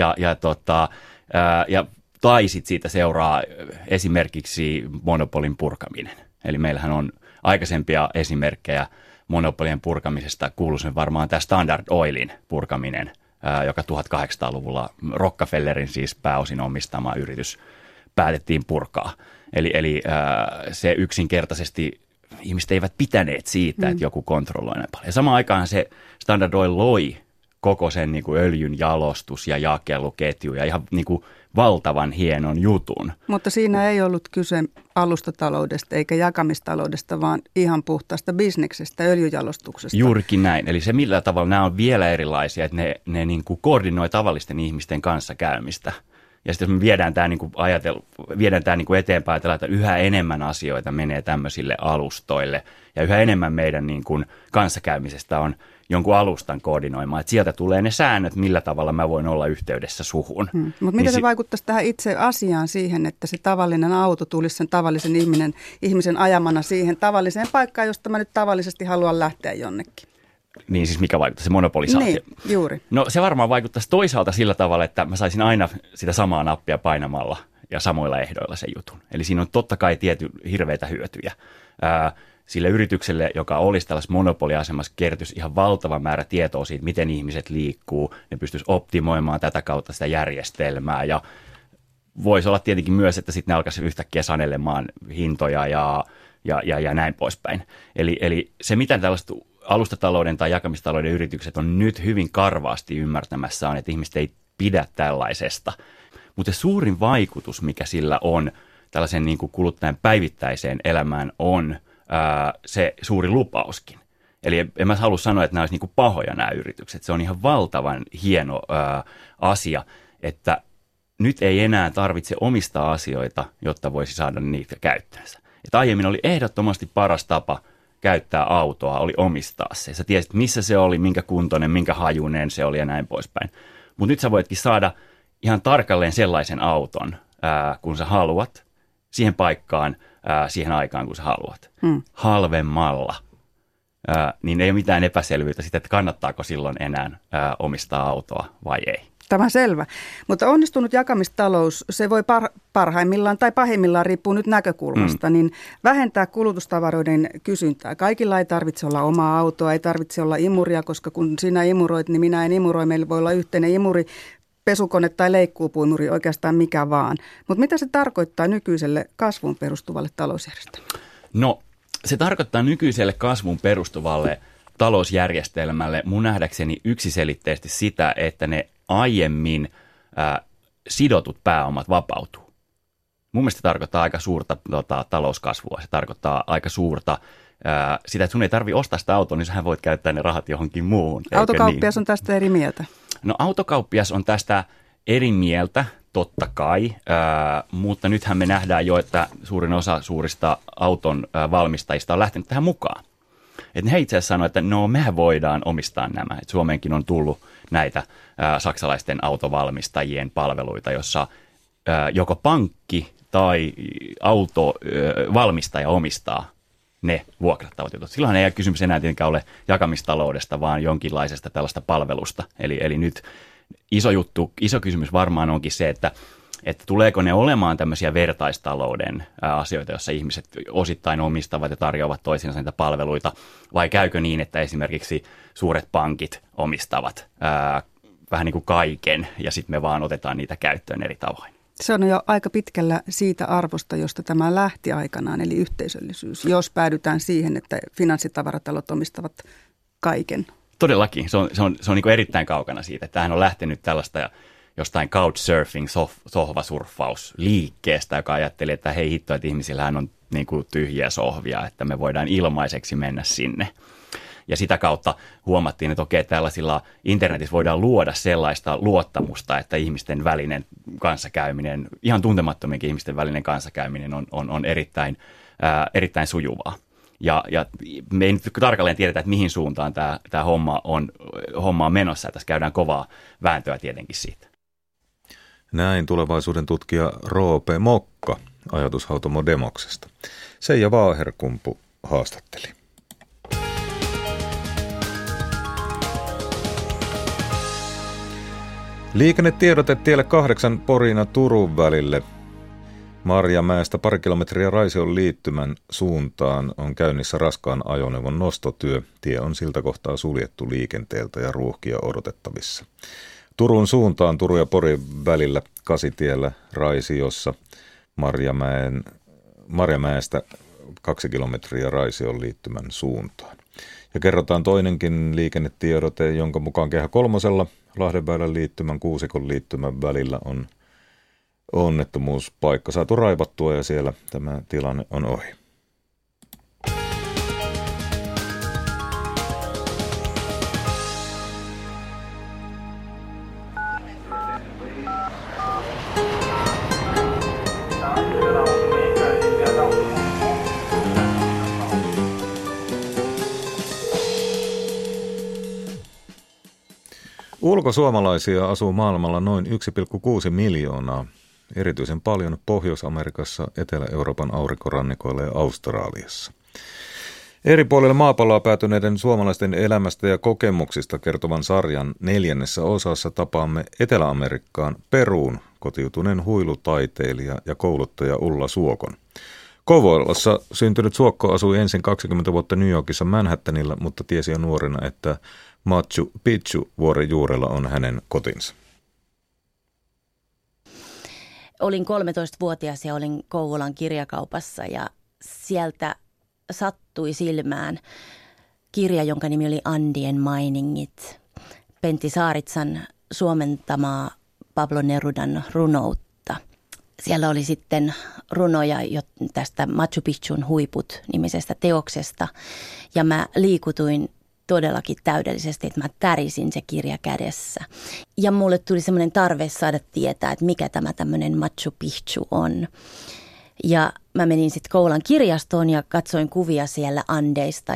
Tai sitten siitä seuraa esimerkiksi monopolin purkaminen. Eli meillähän on aikaisempia esimerkkejä monopolien purkamisesta. Kuuluisin varmaan tämä Standard Oilin purkaminen, joka 1800-luvulla Rockefellerin siis pääosin omistama yritys päätettiin purkaa. Eli se yksinkertaisesti ihmiset eivät pitäneet siitä, että joku kontrolloi näin paljon. Ja samaan aikaan se Standard Oil loi koko sen niin kuin öljyn jalostus- ja jakeluketju ja ihan niin kuin valtavan hienon jutun. Mutta siinä ei ollut kyse alustataloudesta eikä jakamistaloudesta, vaan ihan puhtaasta bisneksestä, öljyjalostuksesta. Juurikin näin. Eli se millä tavalla nämä on vielä erilaisia, että ne niin kuin koordinoi tavallisten ihmisten kanssa käymistä. Ja sitten jos me viedään tämä niin kuin eteenpäin, ajatellaan, että yhä enemmän asioita menee tämmöisille alustoille ja yhä enemmän meidän niin kuin kanssakäymisestä on jonkun alustan koordinoimaan, että sieltä tulee ne säännöt, millä tavalla mä voin olla yhteydessä suhun. Mutta miten se vaikuttaisi tähän itse asiaan siihen, että se tavallinen auto tulisi sen tavallisen ihmisen ajamana siihen tavalliseen paikkaan, josta mä nyt tavallisesti haluan lähteä jonnekin? Niin siis mikä vaikuttaa, se monopolisaatio? Niin, juuri. No se varmaan vaikuttaisi toisaalta sillä tavalla, että mä saisin aina sitä samaa nappia painamalla ja samoilla ehdoilla sen jutun. Eli siinä on totta kai hirveitä hyötyjä. Sille yritykselle, joka olisi tällaisessa monopoliasemassa, kertyisi ihan valtava määrä tietoa siitä, miten ihmiset liikkuu. Ne pystyisi optimoimaan tätä kautta sitä järjestelmää ja voisi olla tietenkin myös, että sitten ne alkaisi yhtäkkiä sanelemaan hintoja ja näin poispäin. Eli se, miten tällaiset alustatalouden tai jakamistalouden yritykset on nyt hyvin karvaasti ymmärtämässä on, että ihmiset ei pidä tällaisesta. Mutta suurin vaikutus, mikä sillä on tällaisen niin kuin kuluttajan päivittäiseen elämään, on se suuri lupauskin. Eli en mä halua sanoa, että nämä olisi niin kuin pahoja nämä yritykset. Se on ihan valtavan hieno asia, että nyt ei enää tarvitse omistaa asioita, jotta voisi saada niitä käyttöönsä. Että aiemmin oli ehdottomasti paras tapa käyttää autoa, oli omistaa se. Sä tiesit, missä se oli, minkä kuntoinen, minkä hajunen se oli ja näin poispäin. Mutta nyt sä voitkin saada ihan tarkalleen sellaisen auton, kun sä haluat, siihen paikkaan, siihen aikaan, kun sä haluat. Halvemmalla. Niin ei ole mitään epäselvyyttä siitä, että kannattaako silloin enää omistaa autoa vai ei. Tämä selvä. Mutta onnistunut jakamistalous, se voi parhaimmillaan tai pahimmillaan, riippuu nyt näkökulmasta, niin vähentää kulutustavaroiden kysyntää. Kaikilla ei tarvitse olla omaa autoa, ei tarvitse olla imuria, koska kun sinä imuroit, niin minä en imuroi. Meillä voi olla yhteinen imuri, pesukone tai leikkuupuimuri, oikeastaan mikä vaan. Mutta mitä se tarkoittaa nykyiselle kasvuun perustuvalle talousjärjestelmälle? No, se tarkoittaa nykyiselle kasvuun perustuvalle talousjärjestelmälle mun nähdäkseni yksiselitteisesti sitä, että ne aiemmin sidotut pääomat vapautuu. Mun mielestä se tarkoittaa aika suurta talouskasvua. Se tarkoittaa aika suurta sitä, että sun ei tarvitse ostaa sitä autoa, niin sähän voit käyttää ne rahat johonkin muuhun. Autokauppias on tästä eri mieltä. No autokauppias on tästä eri mieltä, totta kai, mutta nythän me nähdään jo, että suurin osa suurista auton valmistajista on lähtenyt tähän mukaan. Että he itse asiassa sanoivat, että no mehän voidaan omistaa nämä. Et Suomeenkin on tullut näitä saksalaisten autovalmistajien palveluita, jossa joko pankki tai autovalmistaja omistaa ne vuokrattavat jutut. Silloin ei kysymys enää tietenkään ole jakamistaloudesta, vaan jonkinlaisesta tällaista palvelusta. Eli nyt iso kysymys varmaan onkin se, että tuleeko ne olemaan tämmöisiä vertaistalouden asioita, joissa ihmiset osittain omistavat ja tarjoavat toisinaan niitä palveluita, vai käykö niin, että esimerkiksi suuret pankit omistavat vähän niin kuin kaiken, ja sitten me vaan otetaan niitä käyttöön eri tavoin. Se on jo aika pitkällä siitä arvosta, josta tämä lähti aikanaan, eli yhteisöllisyys, jos päädytään siihen, että finanssitavaratalot omistavat kaiken. Todellakin, se on niin kuin erittäin kaukana siitä. Tämähän on lähtenyt tällaista jostain couchsurfing, sohvasurffaus liikkeestä, joka ajatteli, että hei hitto, että ihmisillähän on niin kuin tyhjiä sohvia, että me voidaan ilmaiseksi mennä sinne. Ja sitä kautta huomattiin, että okei, tällaisilla internetissä voidaan luoda sellaista luottamusta, että ihmisten välinen kanssakäyminen, ihan tuntemattomienkin ihmisten välinen kanssakäyminen on erittäin sujuvaa. Ja me ei nyt tarkalleen tiedetä, että mihin suuntaan tämä homma on menossa, ja tässä käydään kovaa vääntöä tietenkin siitä. Näin tulevaisuuden tutkija Roope Mokka ajatushautomo Demoksesta. Seija Vaaherkumpu haastatteli. Liikennetiedote tielle 8 Porina Turun välille. Marjamäestä pari kilometriä Raision liittymän suuntaan on käynnissä raskaan ajoneuvon nostotyö. Tie on siltä kohtaa suljettu liikenteeltä ja ruuhkia odotettavissa. Turun suuntaan Turun ja Porin välillä Kasitiellä Raisiossa Marjamäestä 2 kilometriä Raision liittymän suuntaan. Ja kerrotaan toinenkin liikennetiedote, jonka mukaan Kehä kolmosella Lahdenväylän liittymän Kuusikon liittymän välillä on onnettomuuspaikka saatu raivattua ja siellä tämä tilanne on ohi. Ulkosuomalaisia asuu maailmalla noin 1,6 miljoonaa, erityisen paljon Pohjois-Amerikassa, Etelä-Euroopan aurinkorannikoilla ja Australiassa. Eri puolille maapalloa päätyneiden suomalaisten elämästä ja kokemuksista kertovan sarjan 4. osassa tapaamme Etelä-Amerikkaan Peruun kotiutuneen huilutaiteilija ja kouluttaja Ulla Suokon. Kouvolassa syntynyt Suokko asui ensin 20 vuotta New Yorkissa Manhattanilla, mutta tiesi jo nuorena, että Machu Picchu vuoren juurella on hänen kotinsa. Olin 13-vuotias ja olin Kouvolan kirjakaupassa ja sieltä sattui silmään kirja, jonka nimi oli Andien mainingit. Pentti Saaritsan suomentamaa Pablo Nerudan runoutta. Siellä oli sitten runoja tästä Machu Picchun huiput -nimisestä teoksesta ja mä liikutuin todellakin täydellisesti, että mä tärisin se kirja kädessä. Ja mulle tuli semmoinen tarve saada tietää, että mikä tämä tämmöinen Machu Picchu on. Ja mä menin sitten Kouvolan kirjastoon ja katsoin kuvia siellä Andeista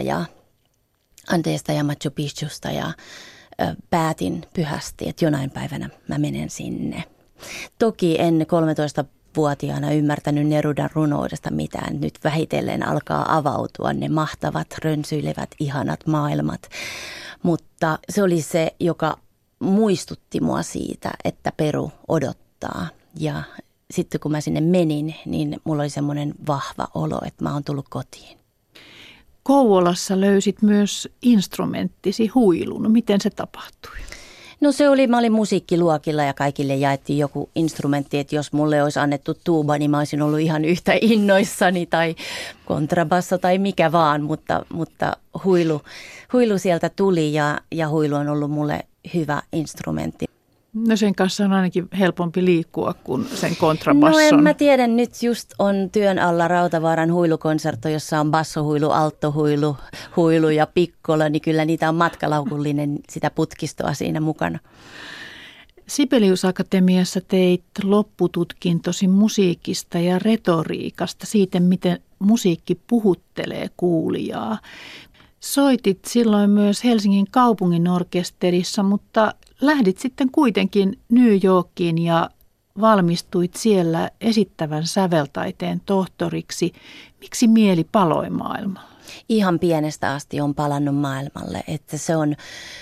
ja Machu Picchusta ja päätin pyhästi, että jonain päivänä mä menen sinne. Toki en 13-vuotiaana ymmärtänyt Nerudan runoudesta mitään. Nyt vähitellen alkaa avautua ne mahtavat, rönsyilevät, ihanat maailmat. Mutta se oli se, joka muistutti mua siitä, että Peru odottaa. Ja sitten kun mä sinne menin, niin mulla oli semmoinen vahva olo, että mä oon tullut kotiin. Kouvolassa löysit myös instrumenttisi huilun. Miten se tapahtui? No mä olin musiikkiluokilla ja kaikille jaettiin joku instrumentti, että jos mulle olisi annettu tuuba, niin mä olisin ollut ihan yhtä innoissani tai kontrabasso tai mikä vaan, mutta huilu sieltä tuli ja huilu on ollut mulle hyvä instrumentti. No sen kanssa on ainakin helpompi liikkua kuin sen kontrabasson. No en mä tiedä, nyt just on työn alla Rautavaaran huilukonsertto, jossa on bassohuilu, alttohuilu ja piccolo, niin kyllä niitä on matkalaukullinen sitä putkistoa siinä mukana. Sibelius Akatemiassa teit loppututkintosi musiikista ja retoriikasta, siitä miten musiikki puhuttelee kuulijaa. Soitit silloin myös Helsingin kaupungin orkesterissa, mutta lähdit sitten kuitenkin New Yorkiin ja valmistuit siellä esittävän säveltaiteen tohtoriksi. Miksi mieli paloi maailmalle? Ihan pienestä asti on palannut maailmalle, että se on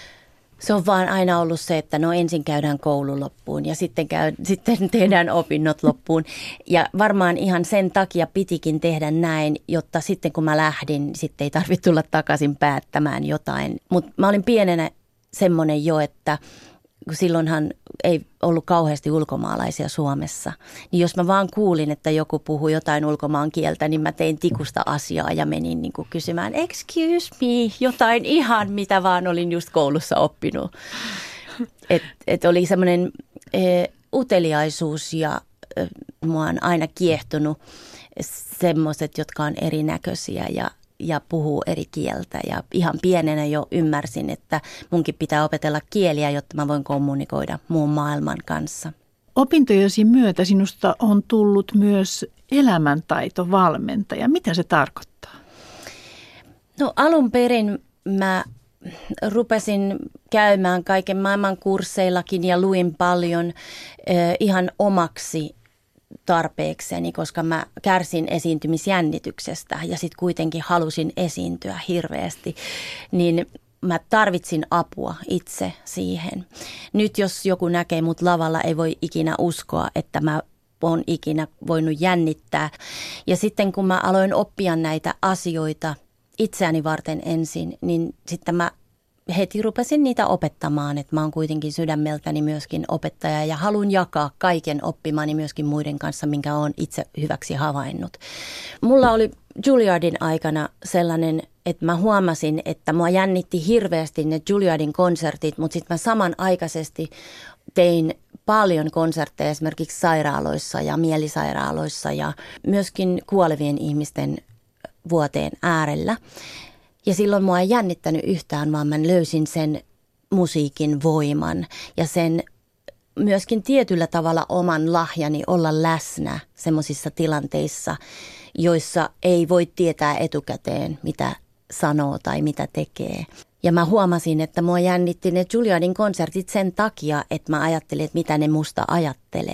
vaan aina ollut se, että no ensin käydään koulu loppuun ja sitten tehdään opinnot loppuun. Ja varmaan ihan sen takia pitikin tehdä näin, jotta sitten kun mä lähdin, sitten ei tarvitse tulla takaisin päättämään jotain. Mutta mä olin pienenä semmoinen jo, että kun silloinhan ei ollut kauheasti ulkomaalaisia Suomessa, niin jos mä vaan kuulin, että joku puhuu jotain ulkomaan kieltä, niin mä tein tikusta asiaa ja menin niin kuin kysymään, excuse me, jotain ihan mitä vaan olin just koulussa oppinut. Et oli semmoinen uteliaisuus ja mua on aina kiehtonut semmoiset, jotka on erinäköisiä ja puhuu eri kieltä. Ja ihan pienenä jo ymmärsin, että munkin pitää opetella kieliä, jotta mä voin kommunikoida muun maailman kanssa. Opintojesi myötä sinusta on tullut myös elämäntaitovalmentaja. Mitä se tarkoittaa? No alun perin mä rupesin käymään kaiken maailman kursseillakin ja luin paljon ihan omaksi tarpeekseni, koska mä kärsin esiintymisjännityksestä ja sitten kuitenkin halusin esiintyä hirveästi, niin mä tarvitsin apua itse siihen. Nyt jos joku näkee mut lavalla, ei voi ikinä uskoa, että mä oon ikinä voinut jännittää. Ja sitten kun mä aloin oppia näitä asioita itseäni varten ensin, niin sitten mä heti rupesin niitä opettamaan, että mä oon kuitenkin sydämeltäni myöskin opettaja ja haluan jakaa kaiken oppimani myöskin muiden kanssa, minkä oon itse hyväksi havainnut. Mulla oli Juilliardin aikana sellainen, että mä huomasin, että mua jännitti hirveästi ne Juilliardin konsertit, mutta sitten mä samanaikaisesti tein paljon konsertteja esimerkiksi sairaaloissa ja mielisairaaloissa ja myöskin kuolevien ihmisten vuoteen äärellä. Ja silloin mua ei jännittänyt yhtään, vaan mä löysin sen musiikin voiman ja sen myöskin tietyllä tavalla oman lahjani olla läsnä semmoisissa tilanteissa, joissa ei voi tietää etukäteen, mitä sanoo tai mitä tekee. Ja mä huomasin, että mua jännitti ne Juilliardin konsertit sen takia, että mä ajattelin, että mitä ne musta ajattelee.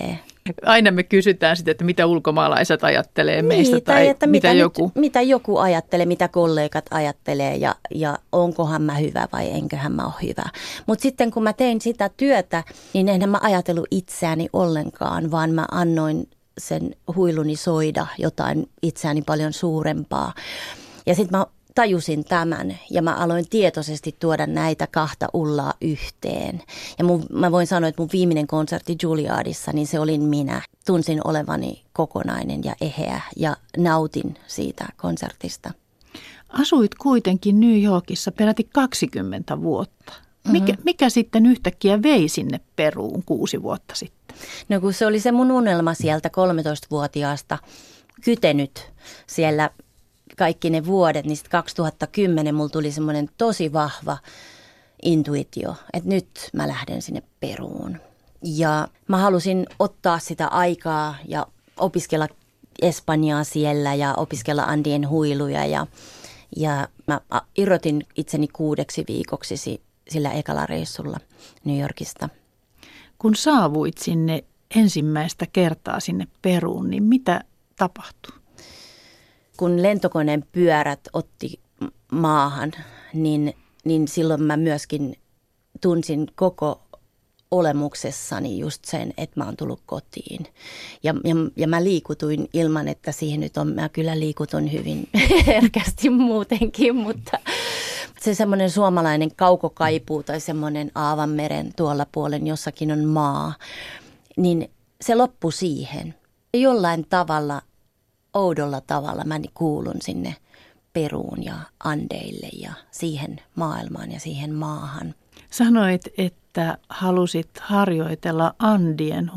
Aina me kysytään sitten, että mitä ulkomaalaiset ajattelee meistä niin, tai että mitä joku ajattelee, mitä kollegat ajattelee ja onkohan mä hyvä vai enköhän mä ole hyvä. Mutta sitten kun mä tein sitä työtä, niin enhän mä ajatellut itseäni ollenkaan, vaan mä annoin sen huiluni soida jotain itseäni paljon suurempaa. Ja sitten mä tajusin tämän ja mä aloin tietoisesti tuoda näitä kahta ullaa yhteen. Ja mä voin sanoa, että mun viimeinen konsertti Juilliardissa, niin se olin minä. Tunsin olevani kokonainen ja eheä ja nautin siitä konsertista. Asuit kuitenkin New Yorkissa peräti 20 vuotta. Mikä sitten yhtäkkiä vei sinne Peruun 6 vuotta sitten? No kun se oli se mun unelma sieltä 13-vuotiaasta kytenyt siellä kaikki ne vuodet, niin sitten 2010 mulla tuli semmoinen tosi vahva intuitio, että nyt mä lähden sinne Peruun. Ja mä halusin ottaa sitä aikaa ja opiskella Espanjaa siellä ja opiskella Andien huiluja ja mä irrotin itseni 6 viikoksi sillä ekalla reissulla New Yorkista. Kun saavuit sinne ensimmäistä kertaa sinne Peruun, niin mitä tapahtui? Kun lentokoneen pyörät otti maahan, niin silloin mä myöskin tunsin koko olemuksessani just sen, että mä oon tullut kotiin. Ja mä liikutuin ilman, että siihen nyt on, mä kyllä liikutun hyvin herkästi muutenkin, mutta se semmoinen suomalainen kaukokaipuu tai semmoinen Aavanmeren tuolla puolen jossakin on maa, niin se loppui siihen. Jollain tavalla, oudolla tavalla mä kuulun sinne Peruun ja Andeille ja siihen maailmaan ja siihen maahan. Sanoit, että halusit harjoitella Andien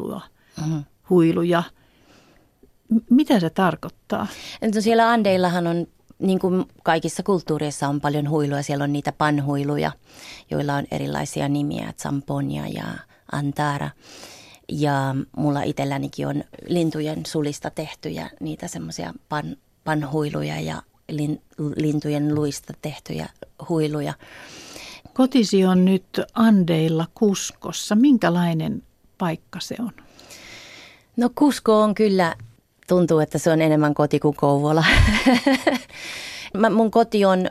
huiluja. Mitä se tarkoittaa? No siellä Andeillahan on, niin kuin kaikissa kulttuureissa on paljon huiluja. Siellä on niitä panhuiluja, joilla on erilaisia nimiä, Zamponia ja Antara. Ja mulla itsellänikin on lintujen sulista tehtyjä niitä semmoisia panhuiluja ja lintujen luista tehtyjä huiluja. Kotisi on nyt Andeilla Cuscossa. Minkälainen paikka se on? No Cusco on kyllä, tuntuu, että se on enemmän koti kuin Kouvola. Mun koti on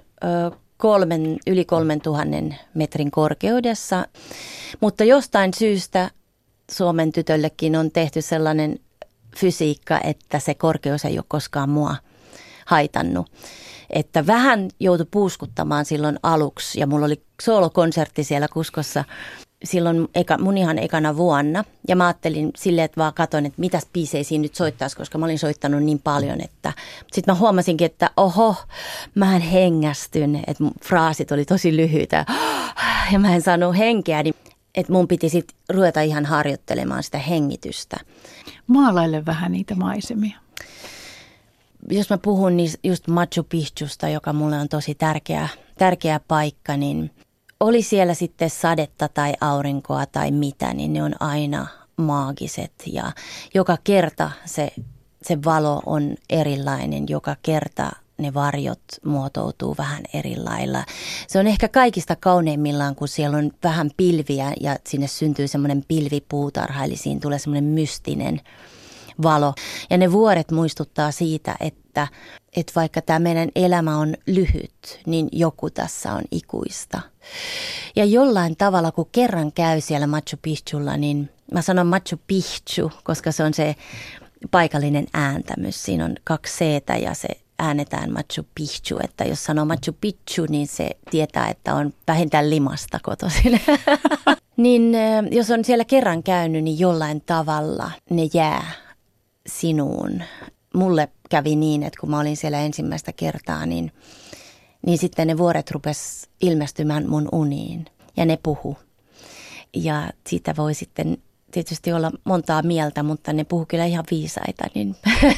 yli 3000 metrin korkeudessa, mutta jostain syystä Suomen tytöllekin on tehty sellainen fysiikka, että se korkeus ei ole koskaan mua haitannut. Että vähän joutui puuskuttamaan silloin aluksi ja mulla oli soolokonsertti siellä Cuscossa silloin mun ihan ekana vuonna. Ja mä ajattelin silleen, että vaan katon, että mitäs biisejä siinä nyt soittaisi, koska mä olin soittanut niin paljon. Että sitten mä huomasinkin, että mähän hengästyn, että fraasit oli tosi lyhyitä ja mä en saanut henkeä, niin että mun piti sitten ruveta ihan harjoittelemaan sitä hengitystä. Maalaille vähän niitä maisemia. Jos mä puhun niin just Machu Picchusta, joka mulle on tosi tärkeä paikka, niin oli siellä sitten sadetta tai aurinkoa tai mitä, niin ne on aina maagiset. Ja joka kerta se valo on erilainen, joka kerta ne varjot muotoutuu vähän eri lailla. Se on ehkä kaikista kauneimmillaan, kun siellä on vähän pilviä ja sinne syntyy semmoinen pilvipuutarha, eli siinä tulee semmoinen mystinen valo. Ja ne vuoret muistuttaa siitä, että vaikka tämä meidän elämä on lyhyt, niin joku tässä on ikuista. Ja jollain tavalla, kun kerran käy siellä Machu Picchulla, niin mä sanon Machu Picchu, koska se on se paikallinen ääntämys. Siinä on 2 c-tä ja se äänetään Machu Picchu, että jos sanoo Machu Picchu, niin se tietää, että on vähintään Limasta kotoisin. Niin jos on siellä kerran käynyt, niin jollain tavalla ne jää sinuun. Mulle kävi niin, että kun mä olin siellä ensimmäistä kertaa, niin sitten ne vuoret rupes ilmestymään mun uniin ja ne puhu. Ja siitä voi sitten tietysti olla montaa mieltä, mutta ne puhu kyllä ihan viisaita, niin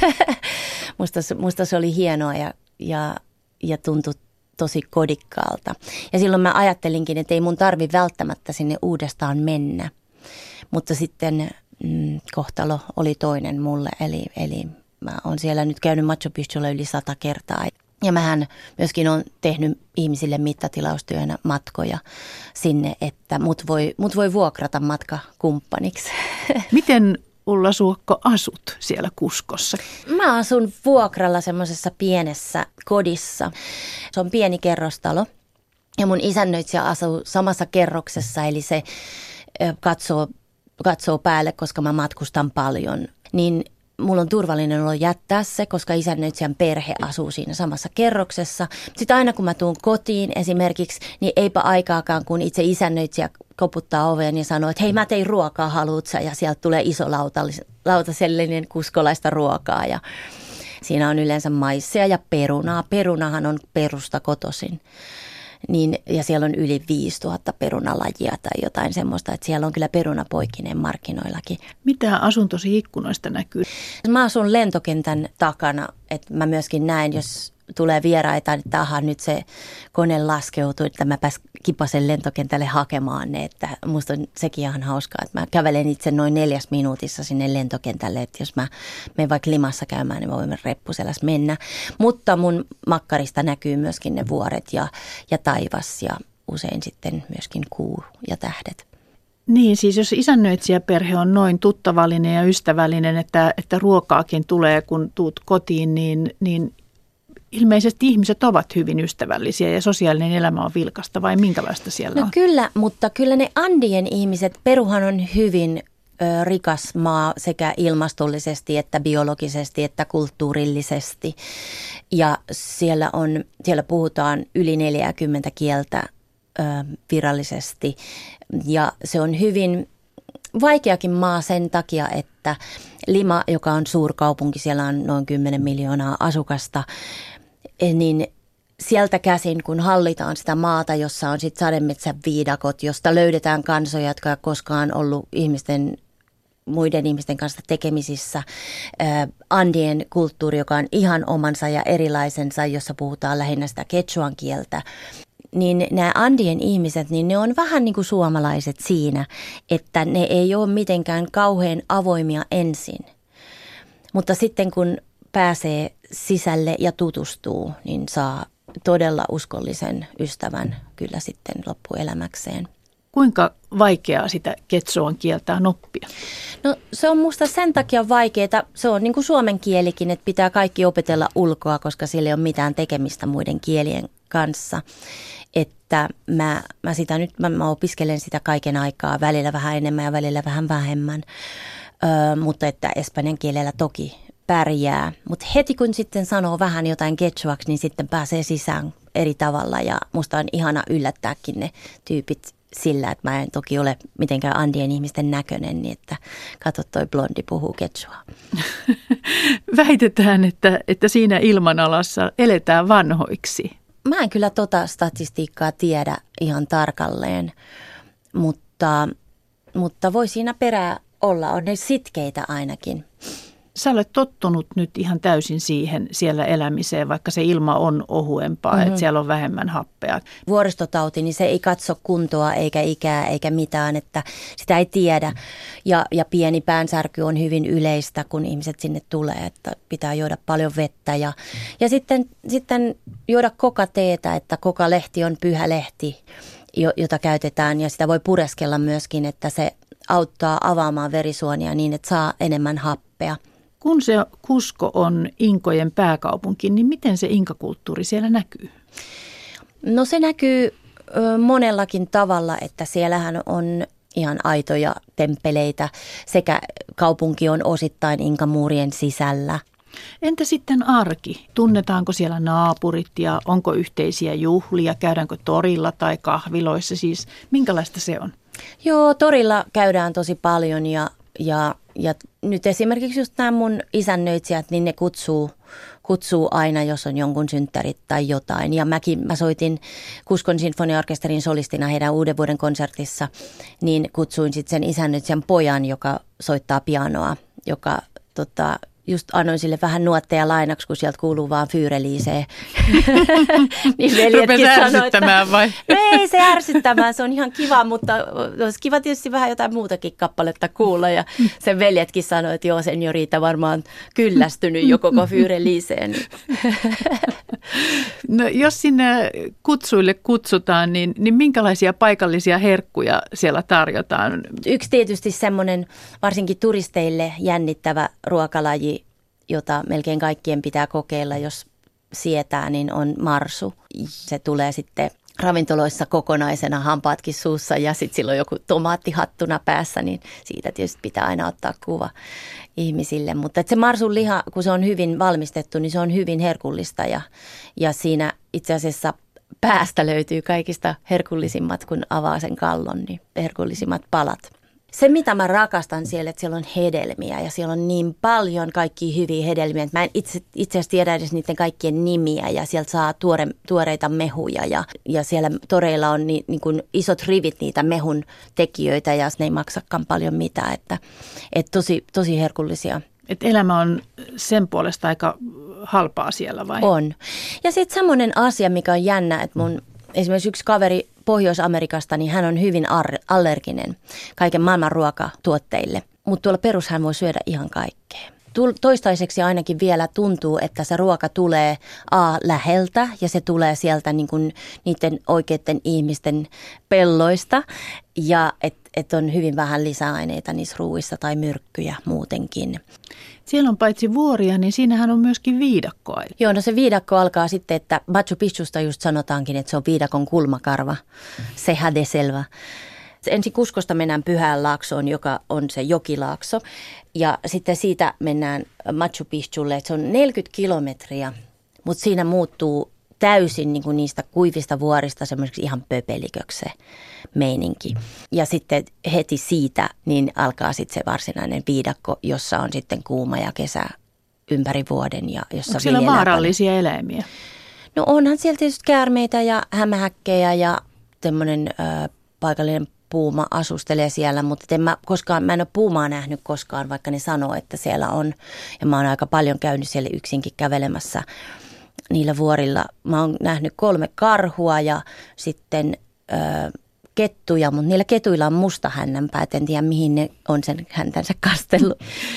musta se oli hienoa ja tuntui tosi kodikkaalta. Ja silloin mä ajattelinkin, että ei mun tarvi välttämättä sinne uudestaan mennä, mutta sitten kohtalo oli toinen mulle, eli mä oon siellä nyt käynyt Machu Picchulla yli 100 kertaa. Ja mähän myöskin on tehnyt ihmisille mittatilaustyönä matkoja sinne, että mut voi vuokrata matkakumppaniksi. Miten Ulla Suokko asut siellä Kuskossa? Mä asun vuokralla semmoisessa pienessä kodissa. Se on pieni kerrostalo ja mun isännöitsijä asuu samassa kerroksessa, eli se katsoo päälle, koska mä matkustan paljon. Niin mulla on turvallinen olo jättää se, koska isännöitsijän perhe asuu siinä samassa kerroksessa. Sitten aina kun mä tuun kotiin esimerkiksi, niin eipä aikaakaan, kun itse isännöitsijä koputtaa oveen ja sanoo, että hei, mä tein ruokaa, haluut sä? Ja sieltä tulee iso lautasellinen kuskolaista ruokaa ja siinä on yleensä maissia ja perunaa. Perunahan on Perusta kotoisin. Niin, ja siellä on yli 5000 perunalajia tai jotain semmoista, että siellä on kyllä peruna poikineen markkinoillakin. Mitä asuntosi ikkunoista näkyy? Mä asun lentokentän takana, että mä myöskin näen, jos tulee vieraita, että aha, nyt se kone laskeutuu, että mä kipasen lentokentälle hakemaan ne. Että musta on sekin ihan hauskaa, että mä kävelen itse noin 4 minuutissa sinne lentokentälle, että jos mä menen vaikka Limassa käymään, niin mä voin reppuselässä mennä. Mutta mun makkarista näkyy myöskin ne vuoret ja taivas ja usein sitten myöskin kuu ja tähdet. Niin, siis jos isännöitsijäperhe on noin tuttavallinen ja ystävällinen, että ruokaakin tulee, kun tuut kotiin, niin ilmeisesti ihmiset ovat hyvin ystävällisiä ja sosiaalinen elämä on vilkasta, vai minkälaista siellä on? No kyllä, mutta kyllä ne Andien ihmiset, Peruhan on hyvin rikas maa sekä ilmastollisesti että biologisesti että kulttuurillisesti. Ja siellä puhutaan yli 40 kieltä virallisesti ja se on hyvin vaikeakin maa sen takia, että Lima, joka on suurkaupunki, siellä on noin 10 miljoonaa asukasta, niin sieltä käsin, kun hallitaan sitä maata, jossa on sitten sademetsäviidakot, josta löydetään kansoja, jotka ei koskaan ollut muiden ihmisten kanssa tekemisissä. Andien kulttuuri, joka on ihan omansa ja erilaisensa, jossa puhutaan lähinnä sitä quechuan kieltä. Niin nämä Andien ihmiset, niin ne on vähän niin kuin suomalaiset siinä, että ne ei ole mitenkään kauhean avoimia ensin. Mutta sitten kun pääsee sisälle ja tutustuu, niin saa todella uskollisen ystävän kyllä sitten loppuelämäkseen. Kuinka vaikeaa sitä quechuan kieltä on oppia? No se on musta sen takia vaikeaa. Se on niin kuin suomen kielikin, että pitää kaikki opetella ulkoa, koska sillä ei ole mitään tekemistä muiden kielien kanssa. Että mä opiskelen sitä kaiken aikaa, välillä vähän enemmän ja välillä vähän vähemmän, mutta että espanjan kielellä toki pärjää. Mutta heti kun sitten sanoo vähän jotain quechuaksi, niin sitten pääsee sisään eri tavalla ja musta on ihana yllättääkin ne tyypit sillä, että mä en toki ole mitenkään Andien ihmisten näköinen, niin että katso toi blondi puhuu quechuaa. Väitetään, että siinä ilmanalassa eletään vanhoiksi. Mä en kyllä statistiikkaa tiedä ihan tarkalleen, mutta voi siinä perää olla, on ne sitkeitä ainakin. Sä olet tottunut nyt ihan täysin siihen siellä elämiseen, vaikka se ilma on ohuempaa, että siellä on vähemmän happea. Vuoristotauti, niin se ei katso kuntoa eikä ikää eikä mitään, että sitä ei tiedä. Ja pieni päänsärky on hyvin yleistä, kun ihmiset sinne tulee, että pitää juoda paljon vettä. Ja sitten juoda kokateetä, että kokalehti on pyhä lehti, jota käytetään ja sitä voi pureskella myöskin, että se auttaa avaamaan verisuonia niin, että saa enemmän happea. Kun se Cusco on inkojen pääkaupunki, niin miten se inkakulttuuri siellä näkyy? No se näkyy monellakin tavalla, että siellähän on ihan aitoja temppeleitä sekä kaupunki on osittain inkamuurien sisällä. Entä sitten arki? Tunnetaanko siellä naapurit ja onko yhteisiä juhlia? Käydäänkö torilla tai kahviloissa? Siis minkälaista se on? Joo, torilla käydään tosi paljon ja nyt esimerkiksi just nämä mun isännöitsijät, niin ne kutsuu aina, jos on jonkun synttärit tai jotain. Ja mä soitin Cuscon sinfoniaorkesterin solistina heidän uuden vuoden konsertissa, niin kutsuin sitten sen isännöitsijän pojan, joka soittaa pianoa, joka just annoin sille vähän nuotteja lainaksi, kun sieltä kuuluu vaan Fyyreliiseen. Niin veljetkin sanoi, että vai? No ei se ärsyttämään, se on ihan kiva, mutta olisi kiva tietysti vähän jotain muutakin kappaletta kuulla. Ja sen veljetkin sanoi, että joo, seniorita varmaan kyllästynyt jo koko Fyyreliiseen. No jos sinne kutsuille kutsutaan, niin minkälaisia paikallisia herkkuja siellä tarjotaan? Yksi tietysti semmoinen varsinkin turisteille jännittävä ruokalaji, jota melkein kaikkien pitää kokeilla, jos sietää, niin on marsu. Se tulee sitten ravintoloissa kokonaisena, hampaatkin suussa ja sitten silloin joku tomaattihattuna päässä, niin siitä tietysti pitää aina ottaa kuva ihmisille. Mutta se marsun liha, kun se on hyvin valmistettu, niin se on hyvin herkullista ja siinä itse asiassa päästä löytyy kaikista herkullisimmat, kun avaa sen kallon, niin herkullisimmat palat. Se, mitä mä rakastan siellä, että siellä on hedelmiä ja siellä on niin paljon kaikkia hyviä hedelmiä, että mä en itse asiassa tiedä edes niiden kaikkien nimiä ja sieltä saa tuoreita mehuja ja siellä toreilla on niin kuin isot rivit niitä mehun tekijöitä ja ne ei maksakaan paljon mitään, että tosi herkullisia. Et elämä on sen puolesta aika halpaa siellä vai? On. Ja sitten semmoinen asia, mikä on jännä, että mun esimerkiksi yksi kaveri Pohjois-Amerikasta, niin hän on hyvin allerginen kaiken maailman ruokatuotteille. Mutta tuolla Perus hän voi syödä ihan kaikkea. Toistaiseksi ainakin vielä tuntuu, että se ruoka tulee läheltä ja se tulee sieltä niin kuin niiden oikeiden ihmisten pelloista. Ja että on hyvin vähän lisäaineita niissä ruuissa tai myrkkyjä muutenkin. Siellä on paitsi vuoria, niin siinähän on myöskin viidakko. Joo, no se viidakko alkaa sitten, että Machu Picchusta just sanotaankin, että se on viidakon kulmakarva, Ceja de Selva. Ensin Cuscosta mennään Pyhään laaksoon, joka on se jokilaakso. Ja sitten siitä mennään Machu Picchulle, että se on 40 kilometriä, mutta siinä muuttuu täysin niin kuin niistä kuivista vuorista semmoiseksi ihan pöpeliköksi se meininki. Ja sitten heti siitä niin alkaa sitten se varsinainen viidakko, jossa on sitten kuuma ja kesä ympäri vuoden. Ja jossa onko siellä vaarallisia eläimiä? No onhan siellä tietysti käärmeitä ja hämähäkkejä ja tämmöinen paikallinen puuma asustelee siellä, mutta mä en ole puumaa nähnyt koskaan, vaikka ne sanoo, että siellä on. Ja mä oon aika paljon käynyt siellä yksinkin kävelemässä niillä vuorilla. Mä oon nähnyt 3 karhua ja sitten kettuja, mutta niillä ketuilla on musta hännänpäät. En tiedä, mihin ne on sen häntänsä kastellut.